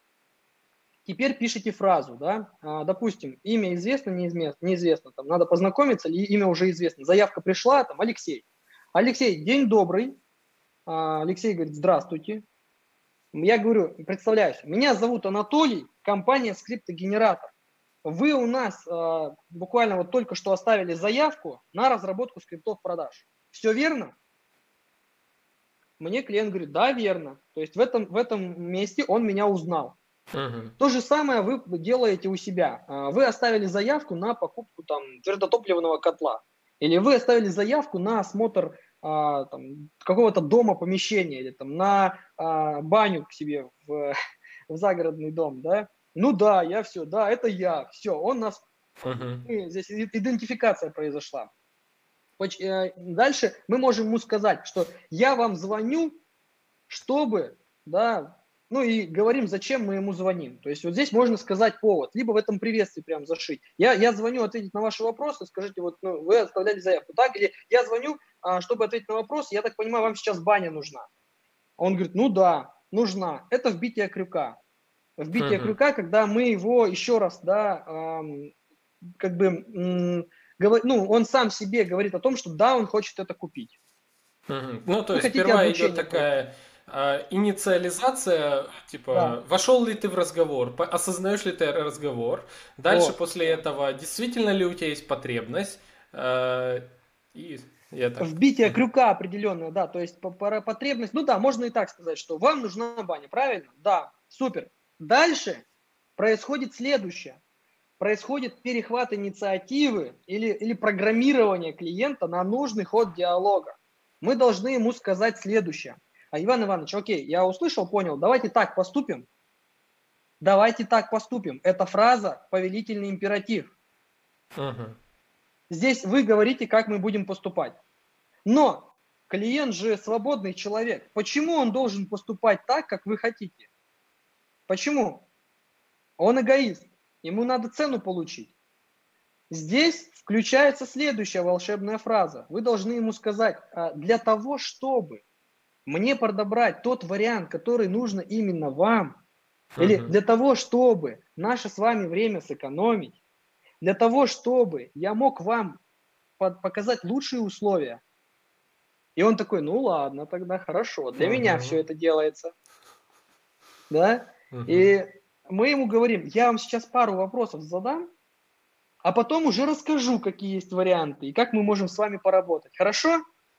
B: Теперь пишите фразу, да, а, допустим, имя известно, неизвестно, неизвестно, там, надо познакомиться, или имя уже известно, заявка пришла, там, Алексей. Алексей, день добрый. А, Алексей говорит, здравствуйте. Я говорю, представляюсь, меня зовут Анатолий, компания скриптогенератор. Вы у нас а, буквально вот только что оставили заявку на разработку скриптов продаж. Все верно? Мне клиент говорит, да, верно. То есть в этом, в этом месте он меня узнал.
A: Мгм.
B: То же самое вы делаете у себя. А, Вы оставили заявку на покупку там, твердотопливного котла. Или вы оставили заявку на осмотр а, там, какого-то дома, помещения, или там, на а, баню к себе в, в загородный дом. Да? Ну да, я все, да, это я. Все, он нас
A: Мгм.
B: Мы- здесь и- идентификация произошла. Поч- э, Дальше мы можем ему сказать, что я вам звоню, чтобы, да, ну и говорим, зачем мы ему звоним. То есть вот здесь можно сказать повод, либо в этом приветствии прям зашить. Я, я звоню ответить на ваши вопросы, скажите, вот ну, вы оставляли заявку, так? Или я звоню, а, чтобы ответить на вопрос, я так понимаю, вам сейчас баня нужна. А он говорит, ну да, нужна. Это вбитие крюка. Вбитие
A: Мгм.
B: крюка, когда мы его еще раз, да, ам, как бы, м, говор- ну, он сам себе говорит о том, что да, он хочет это купить.
A: Мгм. Ну, то
B: Вы
A: есть
B: хотите
A: сперва идет
B: обучение получить.
A: такая а, инициализация,
B: Да.
A: типа, вошел ли ты в разговор, по- осознаешь ли ты разговор, дальше
B: Вот.
A: после этого действительно ли у тебя есть потребность, а, и я так.
B: Вбитие
A: Мгм.
B: крюка определенное, да, то есть по- пора- потребность, ну да, можно и так сказать, что вам нужна баня, правильно? Да, супер. Дальше происходит следующее. Происходит перехват инициативы или, или программирование клиента на нужный ход диалога. Мы должны ему сказать следующее. А, Иван Иванович, окей, я услышал, понял, давайте так поступим. Давайте так поступим. Это фраза повелительный императив.
A: Мгм.
B: Здесь вы говорите, как мы будем поступать. Но клиент же свободный человек. Почему он должен поступать так, как вы хотите? Почему? Он эгоист. Ему надо цену получить. Здесь включается следующая волшебная фраза. Вы должны ему сказать, а, для того, чтобы мне подобрать тот вариант, который нужно именно вам, или
A: Мгм.
B: для того, чтобы наше с вами время сэкономить, для того, чтобы я мог вам под- показать лучшие условия. И он такой, ну ладно, тогда хорошо, для меня все
A: Мгм.
B: это делается, да?
A: Мгм.
B: И мы ему говорим, я вам сейчас пару вопросов задам, а потом уже расскажу, какие есть варианты и как мы можем с вами поработать. Хорошо?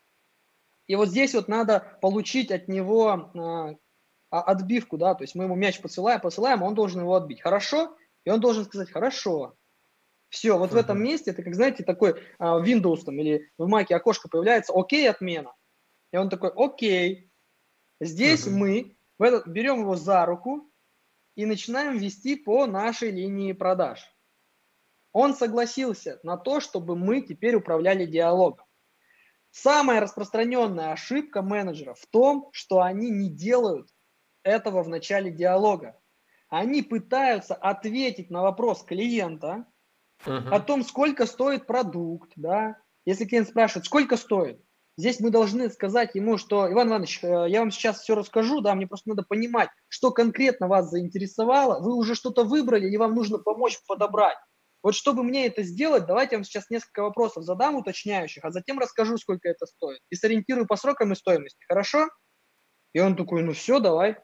B: И вот здесь вот надо получить от него а, а, отбивку, да, то есть мы ему мяч посылаем, посылаем, а он должен его отбить. Хорошо? И он должен сказать, хорошо. Все, вот в этом
A: Мгм.
B: месте, это как, знаете, такой а, в Windows там, или в Mac окошко появляется, окей, отмена. И он такой, окей. Здесь
A: Мгм.
B: мы в этот, берем его за руку и начинаем вести по нашей линии продаж. Он согласился на то, чтобы мы теперь управляли диалогом. Самая распространенная ошибка менеджеров в том, что они не делают этого в начале диалога. Они пытаются ответить на вопрос клиента о
A: Мгм.
B: том, сколько стоит продукт, да. Если клиент спрашивает, сколько стоит, здесь мы должны сказать ему, что, Иван Иванович, э, я вам сейчас все расскажу, да, мне просто надо понимать, что конкретно вас заинтересовало, вы уже что-то выбрали или вам нужно помочь подобрать. Вот чтобы мне это сделать, давайте я вам сейчас несколько вопросов задам уточняющих, а затем расскажу, сколько это стоит. И сориентирую по срокам и стоимости, хорошо? И он такой, ну все, давай.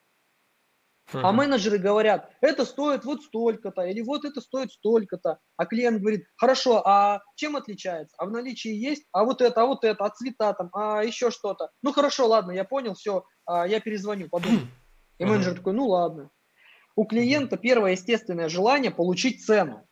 B: А
A: Мгм.
B: менеджеры говорят, это стоит вот столько-то, или вот это стоит столько-то. А клиент говорит, хорошо, а чем отличается? А в наличии есть? А вот это, а вот это, а цвета там, а еще что-то. Ну хорошо, ладно, я понял, все, а, я перезвоню, подумаю. И
A: Мгм.
B: менеджер такой, ну ладно. У
A: Мгм.
B: клиента первое естественное желание получить цену.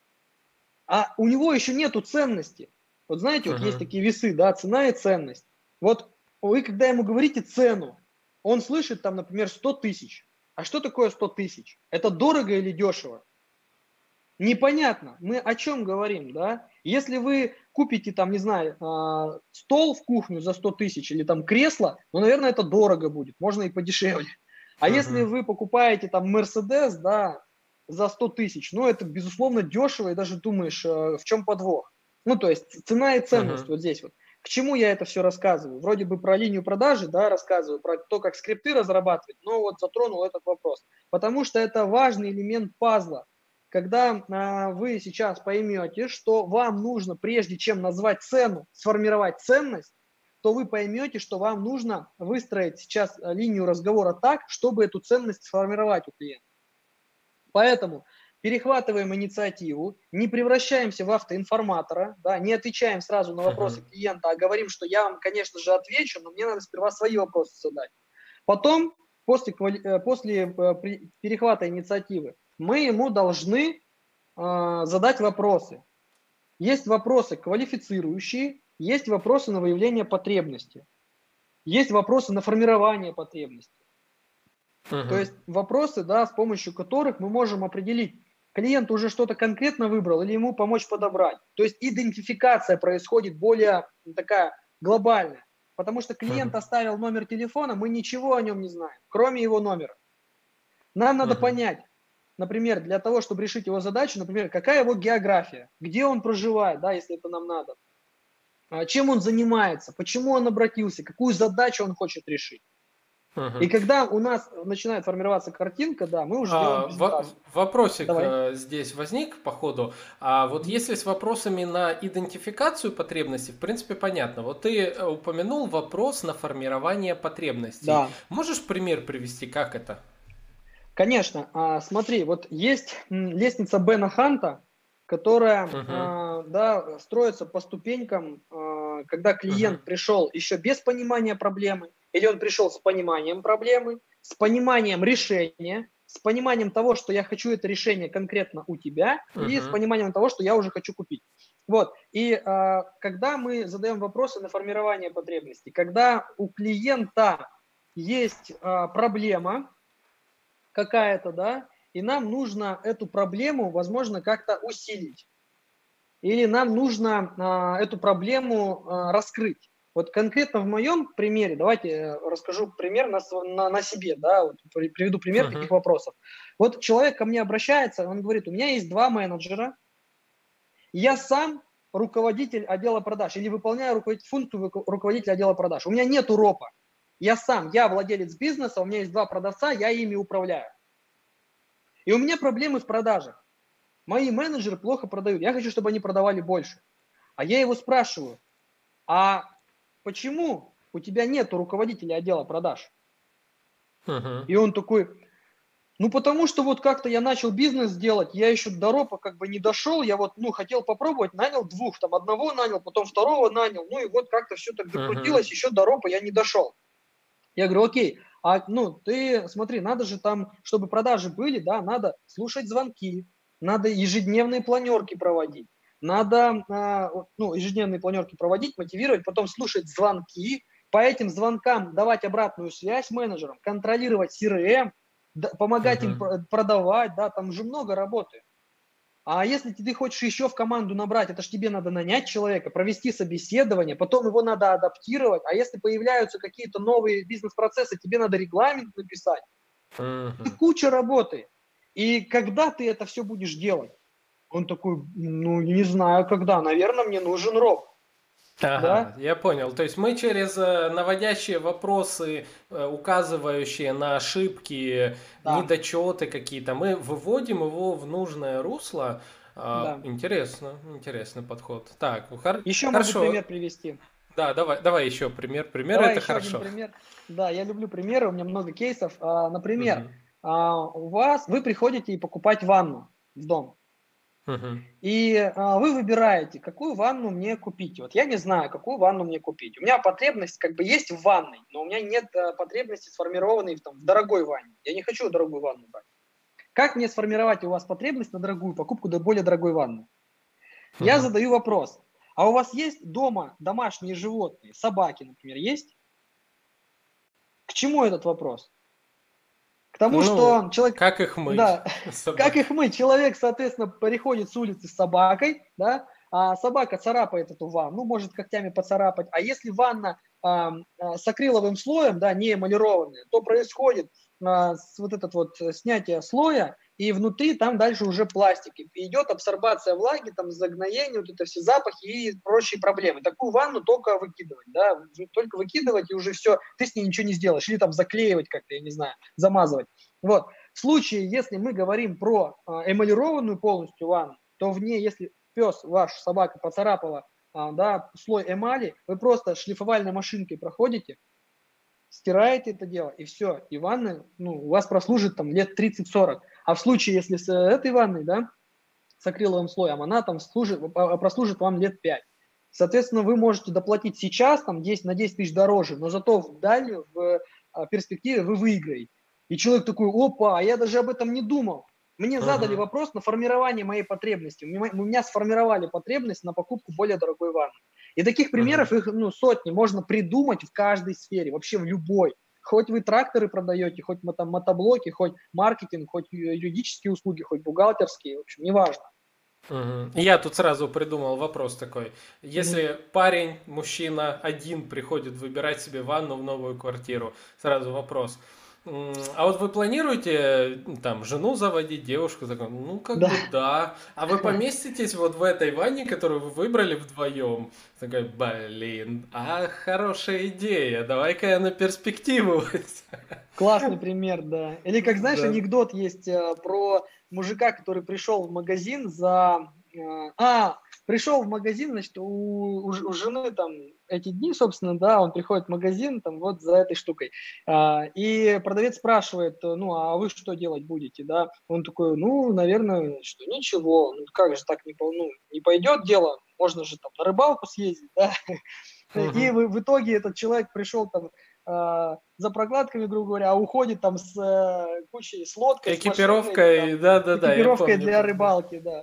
B: А у него еще нету ценности. Вот знаете, вот есть
A: Мгм.
B: такие весы, да, цена и ценность. Вот вы, когда ему говорите цену, он слышит там, например, сто тысяч. А что такое сто тысяч? Это дорого или дешево? Непонятно. Мы о чем говорим, да? Если вы купите там, не знаю, а, стол в кухню за сто тысяч или там кресло, ну, наверное, это дорого будет, можно и подешевле. А если
A: Мгм.
B: вы покупаете там Мерседес, да, за сто тысяч, ну, это, безусловно, дешево, и даже думаешь, э, в чем подвох. Ну, то есть цена и ценность
A: Мгм.
B: вот здесь вот. К чему я это все рассказываю? Вроде бы про линию продажи, да, рассказываю, про то, как скрипты разрабатывать, но вот затронул этот вопрос. Потому что это важный элемент пазла. Когда а, вы сейчас поймете, что вам нужно, прежде чем назвать цену, сформировать ценность, то вы поймете, что вам нужно выстроить сейчас а, линию разговора так, чтобы эту ценность сформировать у клиента. Поэтому перехватываем инициативу, не превращаемся в автоинформатора, да, не отвечаем сразу на вопросы
A: Мгм.
B: клиента, а говорим, что я вам, конечно же, отвечу, но мне надо сперва свои вопросы задать. Потом, после, э, после э, перехвата инициативы, мы ему должны э, задать вопросы. Есть вопросы квалифицирующие, есть вопросы на выявление потребности, есть вопросы на формирование потребности. То
A: Мгм.
B: есть вопросы, да, с помощью которых мы можем определить, клиент уже что-то конкретно выбрал или ему помочь подобрать. То есть идентификация происходит более такая глобальная, потому что клиент
A: Мгм.
B: оставил номер телефона, мы ничего о нем не знаем, кроме его номера. Нам надо
A: Мгм.
B: понять, например, для того, чтобы решить его задачу, например, какая его география, где он проживает, да, если это нам надо, а, чем он занимается, почему он обратился, какую задачу он хочет решить. И
A: Мгм.
B: когда у нас начинает формироваться картинка, да, мы уже делаем
A: А, во-
B: презентацию.
A: вопросик
B: Давай.
A: э, здесь возник по ходу. А вот
B: Мгм.
A: если с вопросами на идентификацию потребностей, в принципе, понятно. Вот ты э, упомянул вопрос на формирование потребностей.
B: Да,
A: Можешь пример привести, как это?
B: конечно. А, смотри, вот есть м, лестница Бена Ханта, которая,
A: Мгм.
B: а, да, строится по ступенькам, а, когда
A: Мгм.
B: клиент пришел еще без понимания проблемы, или он пришел с пониманием проблемы, с пониманием решения, с пониманием того, что я хочу это решение конкретно у тебя, и с
A: Мгм.
B: пониманием того, что я уже хочу купить. Вот. И а, когда мы задаем вопросы на формирование потребностей, когда у клиента есть а, проблема, какая-то, да, и нам нужно эту проблему, возможно, как-то усилить. Или нам нужно а, эту проблему а, раскрыть. Вот конкретно в моем примере, давайте э, расскажу пример на, св- на, на себе, да, вот при- приведу пример таких
A: Мгм.
B: вопросов. Вот человек ко мне обращается, он говорит, у меня есть два менеджера, я сам руководитель отдела продаж или выполняю руководитель, функцию руко- руководителя отдела продаж. У меня нет ропа. Я сам, я владелец бизнеса, у меня есть два продавца, я ими управляю. И у меня проблемы в продажах. Мои менеджеры плохо продают. Я хочу, чтобы они продавали больше. А я его спрашиваю, а почему у тебя нет руководителя отдела продаж?
A: Мгм.
B: И он такой, ну потому что вот как-то я начал бизнес делать, я еще до ропа как бы не дошел, я вот, ну, хотел попробовать, нанял двух, там одного нанял, потом второго нанял, ну и вот как-то все так
A: Мгм.
B: докрутилось, еще до ропа я не дошел. Я говорю, окей, а ну ты смотри, надо же там, чтобы продажи были, да, надо слушать звонки, надо ежедневные планерки проводить, надо а, вот, ну, ежедневные планерки проводить, мотивировать, потом слушать звонки, по этим звонкам давать обратную связь менеджерам, контролировать си эр эм, да, помогать им
A: Мгм.
B: пр- продавать, да, там же много работы. А если ты хочешь еще в команду набрать, это ж тебе надо нанять человека, провести собеседование, потом его надо адаптировать. А если появляются какие-то новые бизнес-процессы, тебе надо регламент написать. Это
A: Мгм.
B: куча работы. И когда ты это все будешь делать? Он такой, ну, не знаю когда, наверное, мне нужен роб.
A: Ага,
B: Да?
A: я понял. То есть мы через э, наводящие вопросы, э, указывающие на ошибки,
B: Да,
A: недочеты какие-то, мы выводим его в нужное русло. А,
B: да.
A: интересно, интересный подход. Так, хор-
B: Еще могу
A: хорошо.
B: пример привести.
A: Да, давай, давай еще пример. Пример
B: Давай
A: это
B: еще один
A: хорошо.
B: пример. Да, я люблю примеры, у меня много кейсов. А, например,
A: Мгм.
B: а, у вас, вы приходите и покупать ванну в дом.
A: Мгм.
B: И а, вы выбираете, какую ванну мне купить. Вот я не знаю, какую ванну мне купить. У меня потребность как бы есть в ванной, но у меня нет а, потребности сформированной в, там, в дорогой ванне. Я не хочу дорогую ванну брать. Как мне сформировать у вас потребность на дорогую покупку до более дорогой ванны? Я
A: Мгм.
B: задаю вопрос. А у вас есть дома домашние животные, собаки, например, есть? К чему этот вопрос? К тому,
A: Ну,
B: что человек,
A: как их мыть,
B: да, как их
A: собаки?
B: мыть? Человек, соответственно, приходит с улицы с собакой, да, а собака царапает эту ванну, может когтями поцарапать. А если ванна а, а, с акриловым слоем, да, не эмалированная, то происходит а, с, вот этот вот э, снятие слоя, и внутри там дальше уже пластик. И идет абсорбация влаги, там загноение, вот это все запахи и прочие проблемы. Такую ванну только выкидывать, да, только выкидывать, и уже все, ты с ней ничего не сделаешь. Или там заклеивать как-то, я не знаю, замазывать. Вот. В случае, если мы говорим про а, эмалированную полностью ванну, то в ней, если пес, ваш собака поцарапала а, да, слой эмали, вы просто шлифовальной машинкой проходите, стираете это дело, и все. И ванна ну, у вас прослужит там лет тридцать-сорок. А в случае, если с этой ванной, да, с акриловым слоем, она там служит, прослужит вам лет пять. Соответственно, вы можете доплатить сейчас там десять на десять тысяч дороже, но зато в дальнюю, в а, перспективе вы выиграете. И человек такой, опа, а я даже об этом не думал. Мне задали
A: Мгм.
B: вопрос на формирование моей потребности. У меня, у меня сформировали потребность на покупку более дорогой ванны. И таких
A: Мгм.
B: примеров их ну, сотни можно придумать в каждой сфере, вообще в любой. хоть вы тракторы продаете, хоть мо- там мотоблоки, хоть маркетинг, хоть ю- юридические услуги, хоть бухгалтерские, в общем, неважно.
A: Мгм. Я тут сразу придумал вопрос такой.
B: Мгм.
A: Если парень, мужчина один приходит выбирать себе ванну в новую квартиру, сразу вопрос. М, А вот вы планируете м, там жену заводить, девушку? Такой, ну, как
B: Да.
A: бы да. А вы поместитесь вот в этой ванне, которую вы выбрали вдвоем? Такой, блин, а хорошая идея. Давай-ка я на перспективу.
B: Классный пример, да. Или как, знаешь,
A: Да.
B: анекдот есть э, про мужика, который пришел в магазин за... э, а, пришел в магазин, значит, у, у ж- у жены там эти дни, собственно, да, он приходит в магазин там вот за этой штукой. А, и продавец спрашивает, э, ну, а вы что делать будете, да? Он такой, ну, наверное, что ничего, ну, как же так не, пол- ну, не пойдет дело, можно же там на рыбалку съездить, да? И
A: Мгм.
B: в, в итоге этот человек пришел там а, за прокладками, грубо говоря, а уходит там с э, кучей, с лодкой, с машиной или там
A: Экипировкой, да-да-да, я
B: экипировкой
A: помню,
B: для
A: помню.
B: рыбалки, да.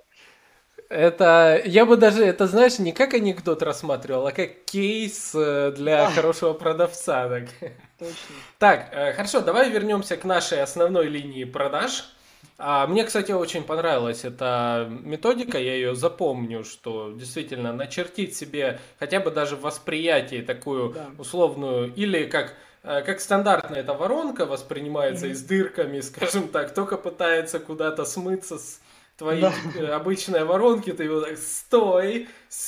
A: Это, я бы даже, это, знаешь, не как анекдот рассматривал, а как кейс э, для
B: Да,
A: хорошего продавца. Так,
B: точно.
A: так э, хорошо, давай вернемся к нашей основной линии продаж. А, Мне, кстати, очень понравилась эта методика, я ее запомню, что действительно начертить себе хотя бы даже в восприятии такую
B: Да.
A: условную, или как, э, как стандартная эта воронка воспринимается и
B: Мгм.
A: с дырками, скажем так, только пытается куда-то смыться с твоей
B: Да.
A: тип- э, обычной воронки, ты его так, стой,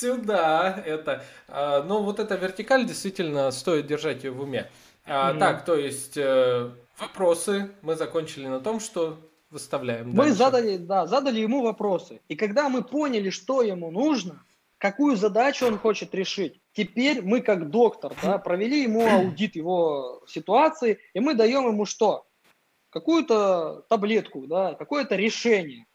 A: сюда, это. А, Но вот эта вертикаль действительно стоит держать ее в уме. А,
B: Мгм.
A: Так, то есть э, вопросы мы закончили на том, что выставляем
B: Мы
A: дальше.
B: задали, да, задали ему вопросы. И когда мы поняли, что ему нужно, какую задачу он хочет решить, теперь мы как доктор, да, провели ему аудит его ситуации, и мы даем ему что? Какую-то таблетку, да, какое-то решение.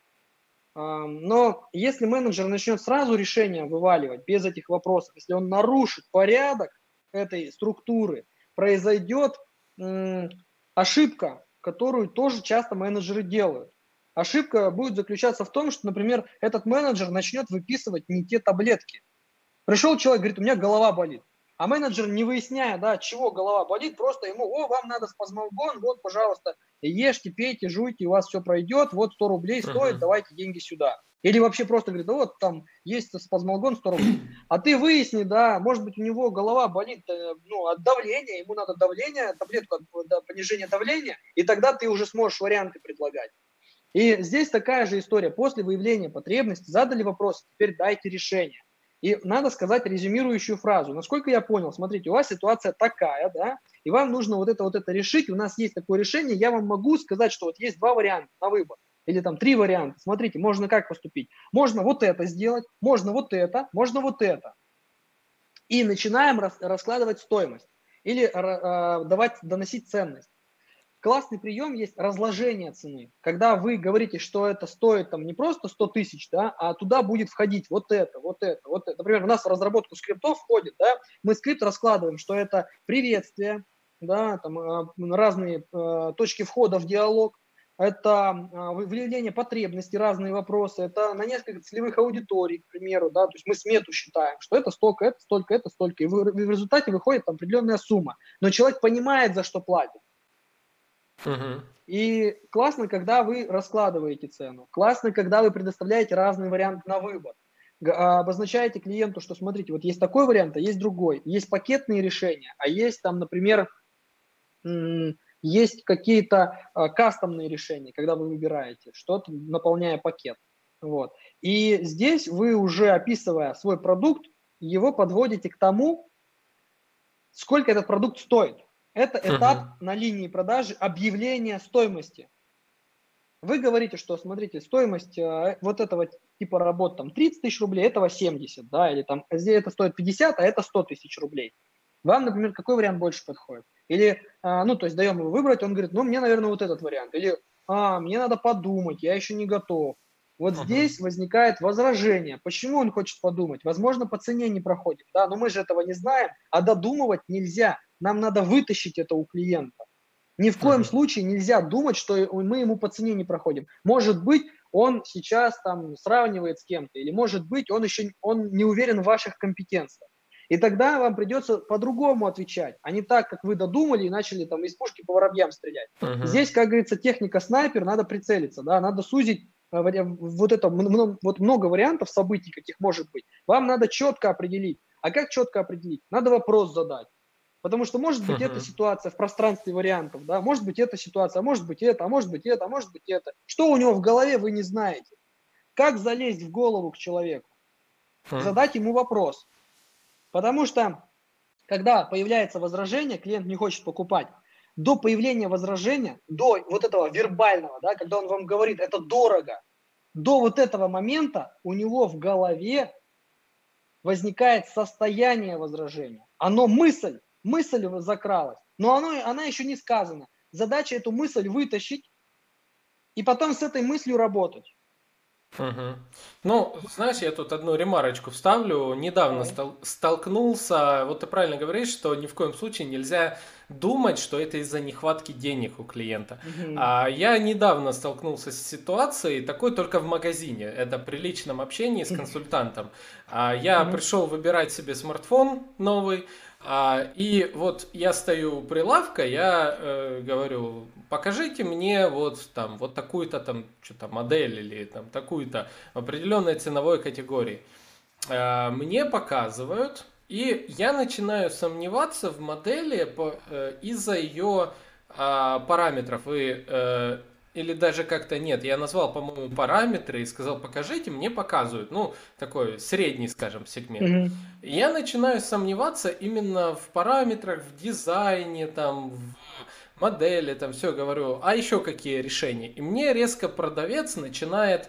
B: А, Но если менеджер начнет сразу решение вываливать без этих вопросов, если он нарушит порядок этой структуры, произойдет м, ошибка, которую тоже часто менеджеры делают. Ошибка будет заключаться в том, что, например, этот менеджер начнет выписывать не те таблетки. Пришел человек, говорит, у меня голова болит. А менеджер, не выясняя, да, от чего голова болит, просто ему, о, вам надо спазмолгон, вот, пожалуйста, ешьте, пейте, жуйте, у вас все пройдет, вот сто рублей стоит,
A: Мгм.
B: давайте деньги сюда. Или вообще просто говорит, да вот там есть спазмолгон сто рублей. А ты выясни, да, может быть, у него голова болит э, ну, от давления, ему надо давление, таблетку от да, понижения давления, и тогда ты уже сможешь варианты предлагать. И здесь такая же история. После выявления потребности задали вопрос, теперь дайте решение. И надо сказать резюмирующую фразу. Насколько я понял, смотрите, у вас ситуация такая, да, и вам нужно вот это вот это решить, у нас есть такое решение, я вам могу сказать, что вот есть два варианта на выбор, или там три варианта. Смотрите, можно как поступить. Можно вот это сделать, можно вот это, можно вот это. И начинаем рас- раскладывать стоимость или э, давать, доносить ценность. Классный прием есть разложение цены. Когда вы говорите, что это стоит там не просто сто тысяч, да, а туда будет входить вот это, вот это, вот это. Например, у нас в разработку скриптов входит, да, мы скрипт раскладываем, что это приветствие, да, там э, разные э, точки входа в диалог, это э, выявление потребностей, разные вопросы, это на несколько целевых аудиторий, к примеру, да, то есть мы смету считаем, что это столько, это столько, это столько, и в, в результате выходит там определенная сумма. Но человек понимает, за что платит.
A: Мгм.
B: И классно, когда вы раскладываете цену. Классно, когда вы предоставляете разные варианты на выбор. Г- а, Обозначаете клиенту, что смотрите, вот есть такой вариант, а есть другой. Есть пакетные решения, а есть там, например, м, есть какие-то а, кастомные решения, когда вы выбираете что-то, наполняя пакет. Вот. И здесь вы уже, описывая свой продукт, его подводите к тому, сколько этот продукт стоит. Это этап
A: Мгм.
B: на линии продажи объявления стоимости. Вы говорите, что, смотрите, стоимость э, вот этого типа работ там тридцать тысяч рублей, этого семьдесят, да, или там здесь это стоит пятьдесят, а это сто тысяч рублей. Вам, например, какой вариант больше подходит? Или, а, ну, то есть даем ему выбрать, он говорит, ну, мне, наверное, вот этот вариант. Или, а, мне надо подумать, я еще не готов. Вот
A: Мгм.
B: здесь возникает возражение. Почему он хочет подумать? Возможно, по цене не проходит, да, но мы же этого не знаем, а додумывать нельзя. Нам надо вытащить это у клиента. Ни в коем
A: Мгм.
B: случае нельзя думать, что мы ему по цене не проходим. Может быть, он сейчас там сравнивает с кем-то, или может быть, он еще он не уверен в ваших компетенциях. И тогда вам придется по-другому отвечать, а не так, как вы додумали и начали там из пушки по воробьям стрелять.
A: Мгм.
B: Здесь, как говорится, техника снайпер, надо прицелиться, да, надо сузить э, вари- вот это, мно- вот много вариантов событий, каких может быть. Вам надо четко определить. А как четко определить? Надо вопрос задать. Потому что может быть эта
A: Мгм.
B: ситуация в пространстве вариантов, да, может быть эта ситуация, а может быть это, а может быть это, а может быть это. Что у него в голове, вы не знаете. Как залезть в голову к человеку?
A: Мгм.
B: Задать ему вопрос. Потому что, когда появляется возражение, клиент не хочет покупать, до появления возражения, до вот этого вербального, да, когда он вам говорит, это дорого, до вот этого момента у него в голове возникает состояние возражения. Оно мысль, мысль закралась, но оно, она еще не сказана. Задача эту мысль вытащить и потом с этой мыслью работать.
A: Мгм. Ну, знаешь, я тут одну ремарочку вставлю. Недавно
B: Давай.
A: стал- столкнулся, вот ты правильно говоришь, что ни в коем случае нельзя думать, что это из-за нехватки денег у клиента.
B: Мгм.
A: А я недавно столкнулся с ситуацией, такой только в магазине, это при личном общении с консультантом. А я
B: Мгм.
A: пришел выбирать себе смартфон новый, а, и вот я стою у прилавка, я э, говорю, покажите мне вот там вот такую-то там что-то модель или там такую-то в определенной ценовой категории. Э, Мне показывают, и я начинаю сомневаться в модели по- э, из-за ее а, параметров. И, э, или даже как-то нет, я назвал, по-моему, параметры и сказал, покажите, мне показывают. Ну, такой средний, скажем, сегмент.
B: Мгм.
A: И я начинаю сомневаться именно в параметрах, в дизайне, там, в модели, там все говорю, а еще какие решения. И мне резко продавец начинает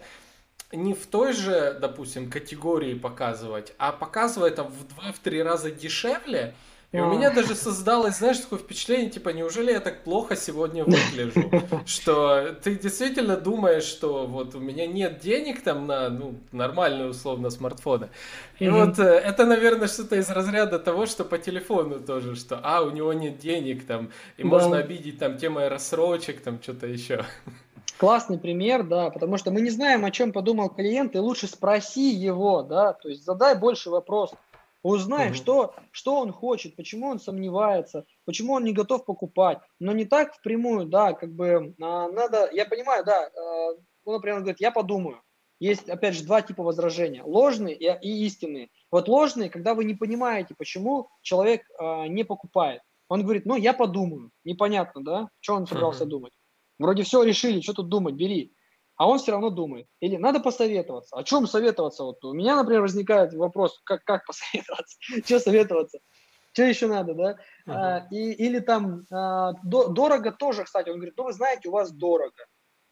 A: не в той же, допустим, категории показывать, а показывать там в два-три раза дешевле. И у
B: А.
A: меня даже создалось, знаешь, такое впечатление, типа, неужели я так плохо сегодня выгляжу? Что ты действительно думаешь, что вот у меня нет денег там на, ну, нормальные условно смартфоны. И вот
B: Мгм.
A: э, это, наверное, что-то из разряда того, что по телефону тоже, что, а, у него нет денег там, и можно
B: Да.
A: обидеть там темой рассрочек, там что-то еще.
B: Классный пример, да, потому что мы не знаем, о чем подумал клиент, и лучше спроси его, да, то есть задай больше вопросов, узнай,
A: Мгм.
B: что, что он хочет, почему он сомневается, почему он не готов покупать, но не так впрямую, да, как бы а, надо, я понимаю, да, а, ну, например, он говорит, я подумаю. Есть, опять же, два типа возражения, ложные и, и истинные. Вот ложные, когда вы не понимаете, почему человек а, не покупает. Он говорит, ну, я подумаю, непонятно, да, что он собрался
A: Мгм.
B: думать. Вроде все решили, что тут думать, бери. А он все равно думает. Или надо посоветоваться. О чем советоваться? Вот у меня, например, возникает вопрос, как, как посоветоваться? Что советоваться? Что еще надо, да?
A: Мгм.
B: А, и, или там а, до, дорого тоже, кстати. Он говорит, ну вы знаете, у вас дорого.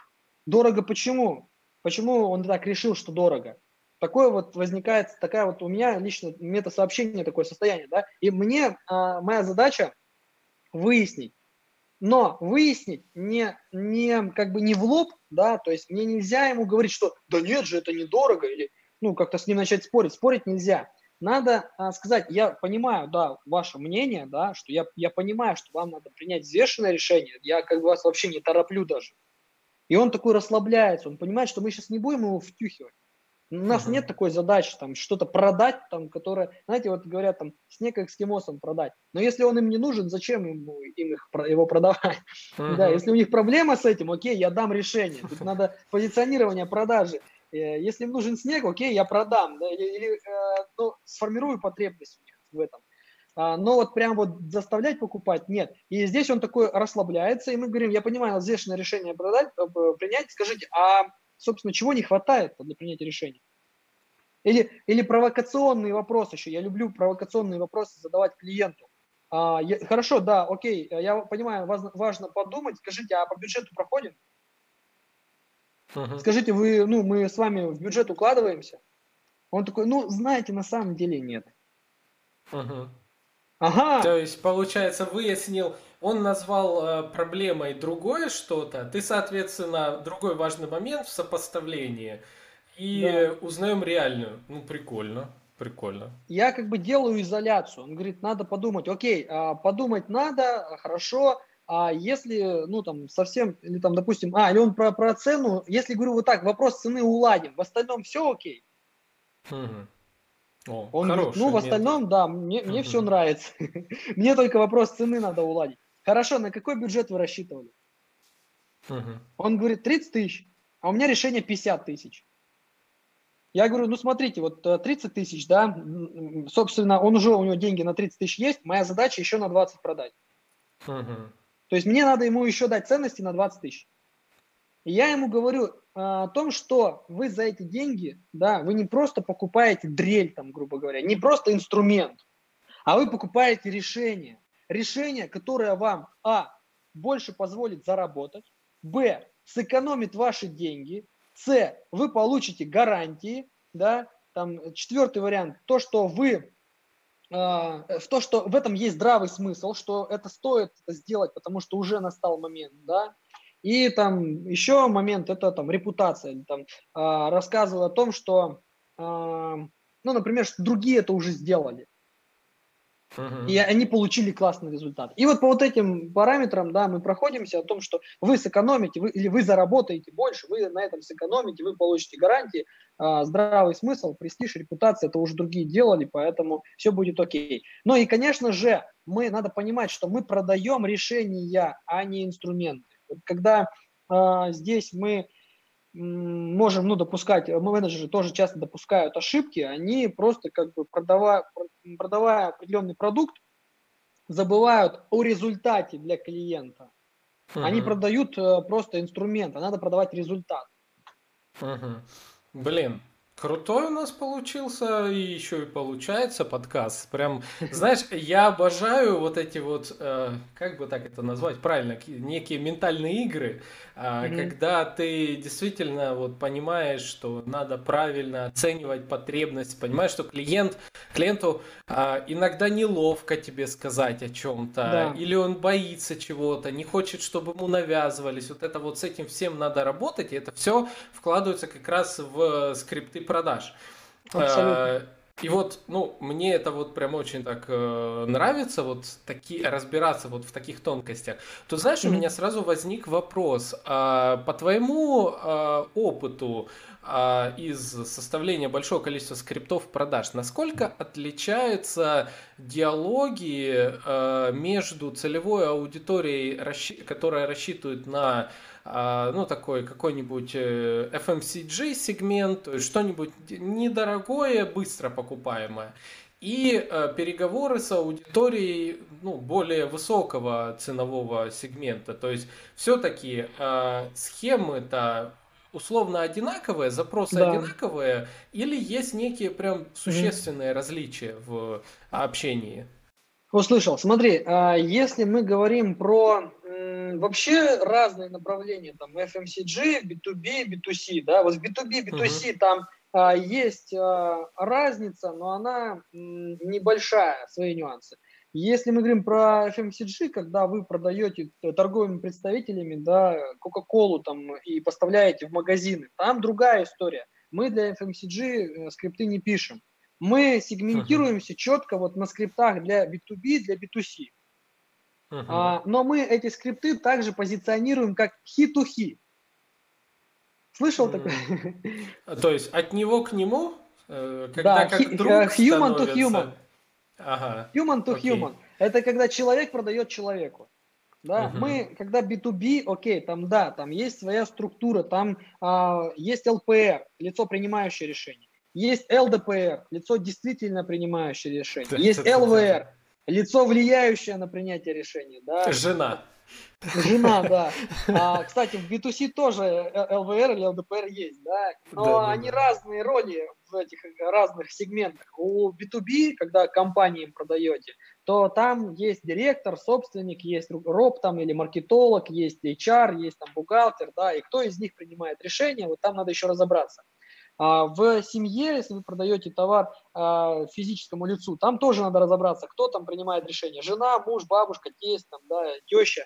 B: Дорого почему? Почему он так решил, что дорого? Такое вот возникает, такая вот у меня лично метасообщение, такое состояние, да? И мне, а, моя задача выяснить, но выяснить не, не, как бы не в лоб, да, то есть мне нельзя ему говорить, что да нет же, это недорого, или ну как-то с ним начать спорить. Спорить нельзя. Надо а, сказать, я понимаю, да, ваше мнение, да, что я, я понимаю, что вам надо принять взвешенное решение, я как бы вас вообще не тороплю даже. И он такой расслабляется, он понимает, что мы сейчас не будем его втюхивать. У нас
A: Мгм.
B: нет такой задачи, там, что-то продать, там, которое, знаете, вот говорят, там, снег эскимосам продать. Но если он им не нужен, зачем ему, им их, про- его продавать? Да,
A: Мгм.
B: если у них проблема с этим, окей, я дам решение. Тут надо позиционирование продажи. Э, Если им нужен снег, окей, я продам. Да, или или, э, ну, сформирую потребность у них в этом. А, но вот прям вот заставлять покупать нет. И здесь он такой расслабляется, и мы говорим, я понимаю, надо взвешенное решение продать, э, принять. Скажите, а, собственно, чего не хватает для принятия решения? Или, или провокационный вопрос еще. Я люблю провокационные вопросы задавать клиенту. А, я- хорошо, да, окей, э, я понимаю, важно, важно подумать. Скажите, а по бюджету проходим?
A: Мгм.
B: Скажите, вы, ну, мы с вами в бюджет укладываемся? Он такой, ну, знаете, на самом деле нет.
A: Мгм. То
B: Ага,
A: есть, получается, выяснил, он назвал э, проблемой другое что-то, ты, соответственно, другой важный момент в сопоставлении,
B: да.
A: и узнаем реальную. Ну, прикольно, прикольно.
B: Я как бы делаю изоляцию. Он говорит, надо подумать. Окей, а, подумать надо, а, хорошо. А если, ну, там, совсем, или там, допустим, а, или он про, про цену, если, говорю, вот так, вопрос цены уладим, в остальном все окей.
A: Мгм. О,
B: Он говорит, ну,
A: хороший
B: в
A: метод.
B: остальном, да, мне, мне все
A: Мгм.
B: нравится. Мне только вопрос цены надо уладить. Хорошо, на какой бюджет вы рассчитывали?
A: Мгм.
B: Он говорит, тридцать тысяч, а у меня решение пятьдесят тысяч. Я говорю, ну, смотрите, вот э, тридцать тысяч, да, м, м, собственно, он уже, у него деньги на тридцать тысяч есть, моя задача еще на двадцать продать.
A: Мгм.
B: То есть мне надо ему еще дать ценности на двадцать тысяч. И я ему говорю э, о том, что вы за эти деньги, да, вы не просто покупаете дрель, там, грубо говоря, не просто инструмент, а вы покупаете решение. Решение, которое вам, а, больше позволит заработать, б, сэкономит ваши деньги, с, вы получите гарантии, да, там, четвертый вариант, то, что вы а, в то, что в этом есть здравый смысл, что это стоит это сделать, потому что уже настал момент, да. И там еще момент, это там репутация. Там, а, рассказывал о том, что, а, ну, например, что другие это уже сделали. И
A: Мгм.
B: они получили классный результат. И вот по вот этим параметрам, да, мы проходимся о том, что вы сэкономите, вы, или вы заработаете больше, вы на этом сэкономите, вы получите гарантии, а, здравый смысл, престиж, репутация, это уже другие делали, поэтому все будет окей. Ну и, конечно же, мы, надо понимать, что мы продаем решения, а не инструменты. Вот когда а, здесь мы м, можем, ну, допускать, э, менеджеры тоже часто допускают ошибки, они просто как бы продавая, продавая определенный продукт, забывают о результате для клиента. Они
A: Мгм.
B: продают э, просто инструмент, а надо продавать результат.
A: Мгм. Блин, крутой у нас получился и еще и получается подкаст. Прям, знаешь, я обожаю вот эти вот, э, как бы так это назвать правильно, ки- некие ментальные игры, а,
B: Мгм.
A: когда ты действительно вот понимаешь, что надо правильно оценивать потребность, понимаешь, что клиент, клиенту а, иногда неловко тебе сказать о чем-то,
B: Да,
A: или он боится чего-то, не хочет, чтобы ему навязывались. Вот это вот с этим всем надо работать, и это все вкладываются как раз в скрипты продаж.
B: абсолютно.
A: Э, И вот, ну, мне это вот прям очень так э, нравится, вот таки, разбираться вот в таких тонкостях. Тут, знаешь, у
B: Мгм.
A: меня сразу возник вопрос. А, по твоему а, опыту а, из составления большого количества скриптов продаж, насколько отличаются диалоги э, между целевой аудиторией, расщи- которая рассчитывает на а, ну, такой какой-нибудь э, эф эм си джи сегмент, то есть что-нибудь недорогое, быстро покупаемое, и э, переговоры с аудиторией, ну, более высокого ценового сегмента. То есть все-таки э, схемы-то условно одинаковые, запросы
B: Да.
A: одинаковые, или есть некие прям
B: Мгм.
A: существенные различия в общении?
B: Услышал. Смотри, а, если мы говорим про м, вообще разные направления, там эф эм си джи, би ту би, би ту си, да, вот в би ту би,
A: Мгм.
B: би ту си там а, есть а, разница, но она м, небольшая, свои нюансы. Если мы говорим про эф эм си джи, когда вы продаете т- торговыми представителями, да, Кока-Колу там и поставляете в магазины, там другая история. Мы для эф эм си джи э, скрипты не пишем. Мы
A: Мгм.
B: сегментируемся четко вот на скриптах для би ту би, для би ту си.
A: Мгм.
B: А, но мы эти скрипты также позиционируем как he-to-he. Слышал такое?
A: М. А, То есть от него к нему, э, когда
B: Да,
A: как
B: he- э,
A: друг
B: human to
A: становится.
B: human.
A: Ага,
B: Human to
A: окей.
B: human. Это когда человек продает человеку. Да,
A: Мгм.
B: мы, когда би ту би, окей, там, да, там есть своя структура, там а, есть эл пи эр, лицо, принимающее решение. Есть эл ди пи эр, лицо, действительно принимающее решение. Есть эл ви эр,
A: Да-да-да-да.
B: лицо, влияющее на принятие решения, да.
A: Жена.
B: Жена, да. А, кстати, в би ту си тоже э, эл ви эр или эл ди пи эр есть, да, но они
A: Да-да-да.
B: разные роли в этих разных сегментах. У би ту би, когда компаниям продаете, то там есть директор, собственник, есть роб там или маркетолог, есть эйч ар, есть там бухгалтер, да, и кто из них принимает решение, вот там надо еще разобраться. А в семье, если вы продаете товар а, физическому лицу, там тоже надо разобраться, кто там принимает решение. Жена, муж, бабушка, тесть, там, да, теща.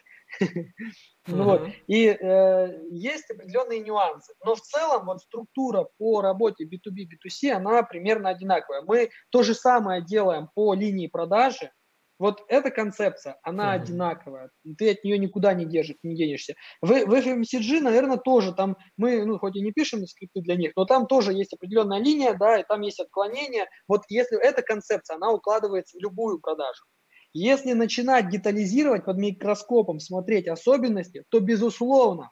B: Ну вот.
A: Мгм.
B: И э, есть определенные нюансы. Но в целом вот структура по работе би ту би, би ту си, она примерно одинаковая. Мы то же самое делаем по линии продажи, Вот эта концепция, она
A: Мгм.
B: одинаковая, ты от нее никуда не, держишь, не денешься. В, в эф эм си джи, наверное, тоже там мы, ну, хоть и не пишем скрипты для них, но там тоже есть определенная линия, да, и там есть отклонения. Вот если эта концепция, она укладывается в любую продажу. Если начинать детализировать под микроскопом, смотреть особенности, то, безусловно,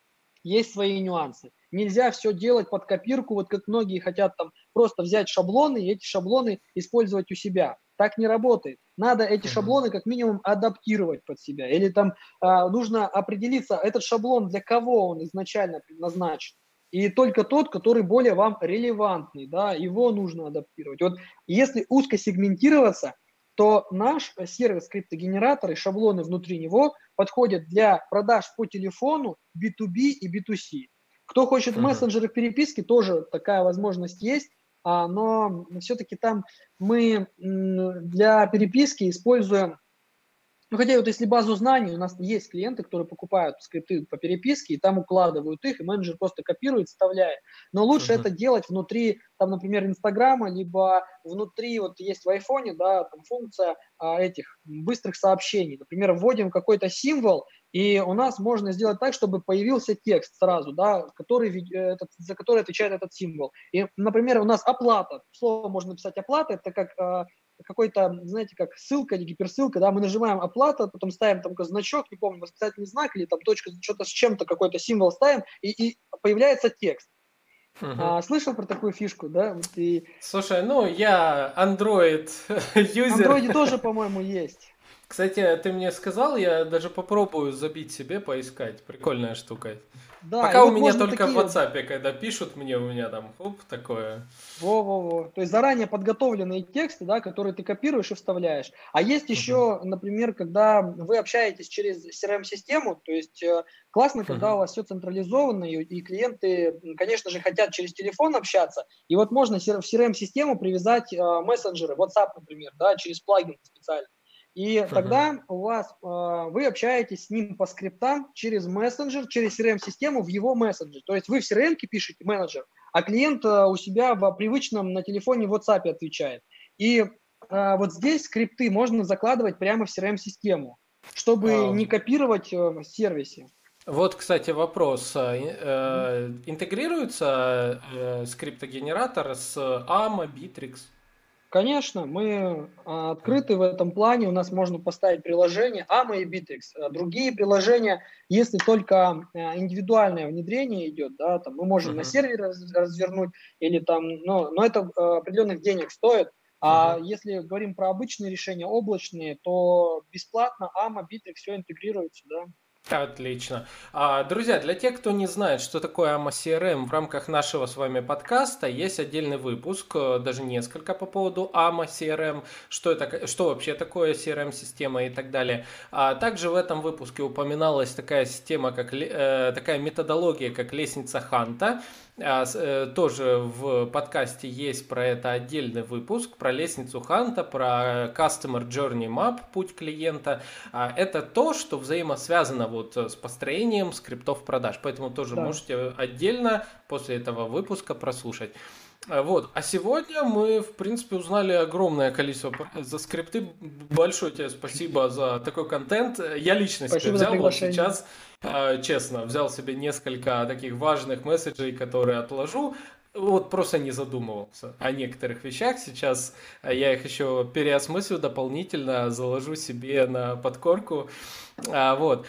B: есть свои нюансы. Нельзя все делать под копирку, вот как многие хотят там просто взять шаблоны и эти шаблоны использовать у себя. Так не работает. Надо эти
A: Мгм.
B: шаблоны как минимум адаптировать под себя. Или там а, нужно определиться, этот шаблон для кого он изначально предназначен. И только тот, который более вам релевантный, да, его нужно адаптировать. Вот если узко сегментироваться, то наш сервис скриптогенератор и шаблоны внутри него подходят для продаж по телефону би ту би и би ту си. Кто хочет
A: Мгм.
B: мессенджеры переписки, тоже такая возможность есть, а, но все-таки там мы м, для переписки используем, ну, хотя вот если базу знаний, у нас есть клиенты, которые покупают скрипты по переписке, и там укладывают их, и менеджер просто копирует, вставляет. Но лучше
A: Мгм.
B: это делать внутри, там, например, Инстаграма, либо внутри, вот есть в айфоне, да, там функция а, этих быстрых сообщений. Например, вводим какой-то символ, и у нас можно сделать так, чтобы появился текст сразу, да, который, ведь, э, этот, за который отвечает этот символ. И, например, у нас оплата. Слово можно написать оплата, это как а, какой-то, знаете, как ссылка или гиперссылка, да, мы нажимаем оплата, потом ставим там значок, не помню, восклицательный знак или там точка, что-то с чем-то, какой-то символ ставим, и, и появляется текст.
A: Мгм.
B: А, слышал про такую фишку, да? Вот и
A: Слушай, ну я Android
B: в
A: юзер.
B: андроиде тоже, по-моему, есть.
A: Кстати, ты мне сказал, я даже попробую забить себе, поискать. Прикольная штука.
B: Да, и
A: Пока у
B: вот
A: меня
B: можно
A: только в
B: такие
A: WhatsApp, когда пишут мне, у меня там, хоп, такое.
B: Во-во-во. То есть заранее подготовленные тексты, да, которые ты копируешь и вставляешь. А есть
A: Мгм.
B: еще, например, когда вы общаетесь через си ар эм-систему, то есть э, классно, когда
A: Мгм.
B: у вас все централизовано, и, и клиенты, м, конечно же, хотят через телефон общаться, и вот можно си ар- в си ар эм-систему привязать э, мессенджеры, WhatsApp, например, да, через плагин специально. И
A: Мгм.
B: тогда у вас, э, вы общаетесь с ним по скриптам через мессенджер, через си ар эм-систему в его мессенджер. То есть вы в си ар эм пишете менеджер, а клиент э, у себя в привычном на телефоне в WhatsApp отвечает. И э, вот здесь скрипты можно закладывать прямо в си ар эм-систему, чтобы
A: А,
B: не копировать э, в сервисе.
A: Вот, кстати, вопрос. А, и-
B: Мгм.
A: э, Интегрируется э, скриптогенератор с ама, Bittrex?
B: Конечно, мы а, открыты в этом плане, у нас можно поставить приложение ама и Bittrex. А другие приложения, если только а, индивидуальное внедрение идет, да, там мы можем на
A: Мгм.
B: сервере раз- развернуть, или там, но, но это а, определенных денег стоит. А
A: Мгм.
B: если говорим про обычные решения, облачные, то бесплатно ама, Bittrex все интегрируется, да.
A: Отлично. А, друзья, для тех, кто не знает, что такое ама си ар эм, в рамках нашего с вами подкаста есть отдельный выпуск, э, даже несколько по поводу ама си ар эм, что, это, что вообще такое си ар эм-система и так далее. А также в этом выпуске упоминалась такая система, как, ле- э, такая методология, как лестница Ханта. А, с- э, тоже в подкасте есть про это отдельный выпуск, про лестницу Ханта, про Customer Journey Map, путь клиента. А, Это то, что взаимосвязано вот с построением скриптов продаж. Поэтому тоже
B: Да.
A: можете отдельно после этого выпуска прослушать. А, Вот. А сегодня мы, в принципе, узнали огромное количество пр- за скрипты. Большое тебе спасибо за такой контент. Я лично себе
B: Спасибо за
A: взял вот
B: приглашение.
A: сейчас, а, честно, взял себе несколько таких важных месседжей, которые отложу. Вот просто не задумывался о некоторых вещах. Сейчас а, я их еще переосмыслю дополнительно, заложу себе на подкорку. А, вот.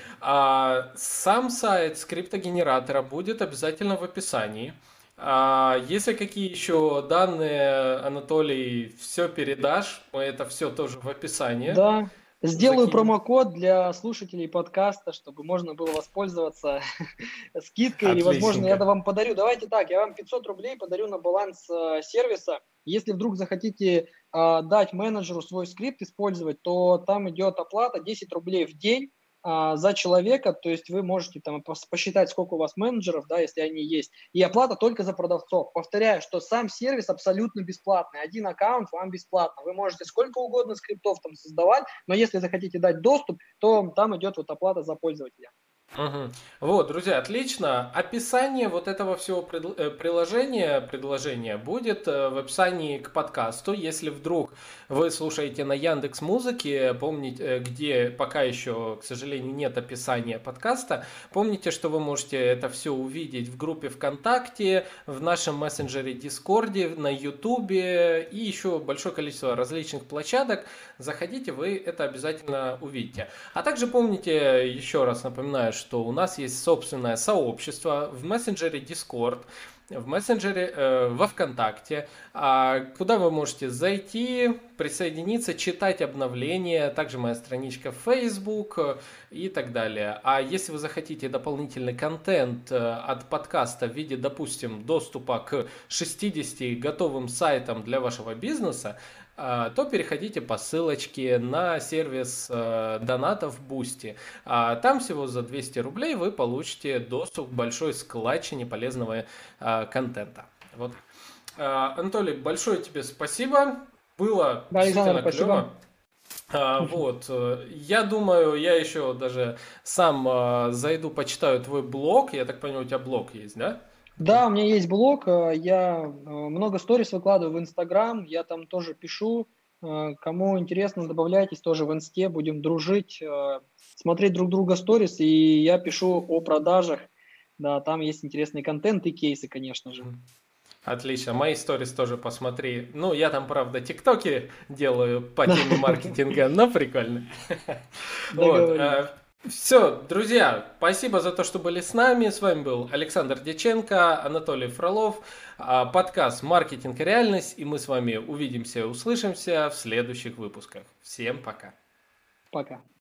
A: А, сам сайт скриптогенератора будет обязательно в описании. А, если какие еще данные, Анатолий, все передашь, мы это все тоже в описании
B: Да, сделаю
A: закинем.
B: промокод для слушателей подкаста, чтобы можно было воспользоваться скидкой или, возможно, я
A: Отличненько.
B: да вам подарю. Давайте так, я вам пятьсот рублей подарю на баланс э, сервиса. Если вдруг захотите э, дать менеджеру свой скрипт использовать, то там идет оплата десять рублей в день а, за человека, то есть вы можете там пос- посчитать, сколько у вас менеджеров, да, если они есть, и оплата только за продавцов. Повторяю, что сам сервис абсолютно бесплатный, один аккаунт вам бесплатно, вы можете сколько угодно скриптов там создавать, но если захотите дать доступ, то там идет вот оплата за пользователя.
A: Мгм. Вот, друзья, отлично. Описание вот этого всего предл- э, приложения, предложения будет э, в описании к подкасту. Если вдруг вы слушаете на Яндекс Музыке, помните, э, где пока еще, к сожалению, нет описания подкаста, помните, что вы можете это все увидеть в группе ВКонтакте, в нашем мессенджере Дискорде, на Ютубе и еще большое количество различных площадок. Заходите, вы это обязательно увидите. А также помните, еще раз напоминаю, что у нас есть собственное сообщество в мессенджере Discord, в мессенджере э, во ВКонтакте, а, куда вы можете зайти, присоединиться, читать обновления, также моя страничка в Facebook э, и так далее. А если вы захотите дополнительный контент э, от подкаста в виде, допустим, доступа к шестидесяти готовым сайтам для вашего бизнеса, а, то переходите по ссылочке на сервис э, донатов Boosty. А, Там всего за двести рублей вы получите доступ к большой складчине полезного э, контента. Вот. А, Анатолий, большое тебе спасибо. Было
B: Да, Александр,
A: действительно клево.
B: спасибо.
A: А, Вот, э, я думаю, я еще даже сам э, зайду, почитаю твой блог. Я так понимаю, у тебя блог есть, да?
B: Да, у меня есть блог, э, я э, много сторис выкладываю в Инстаграм, я там тоже пишу. Э, Кому интересно, добавляйтесь тоже в Инсте, будем дружить, э, смотреть друг друга сторис, и я пишу о продажах. Да, там есть интересный контент и кейсы, конечно же.
A: Отлично, мои сторис тоже посмотри. Ну, я там, правда, тиктоки делаю по теме маркетинга, но прикольно. Вот.
B: Договорились.
A: Все, друзья, спасибо за то, что были с нами. С вами был Александр Дьяченко, Анатолий Фролов, а, подкаст «Маркетинг и реальность». И мы с вами увидимся и услышимся в следующих выпусках. Всем пока.
B: Пока.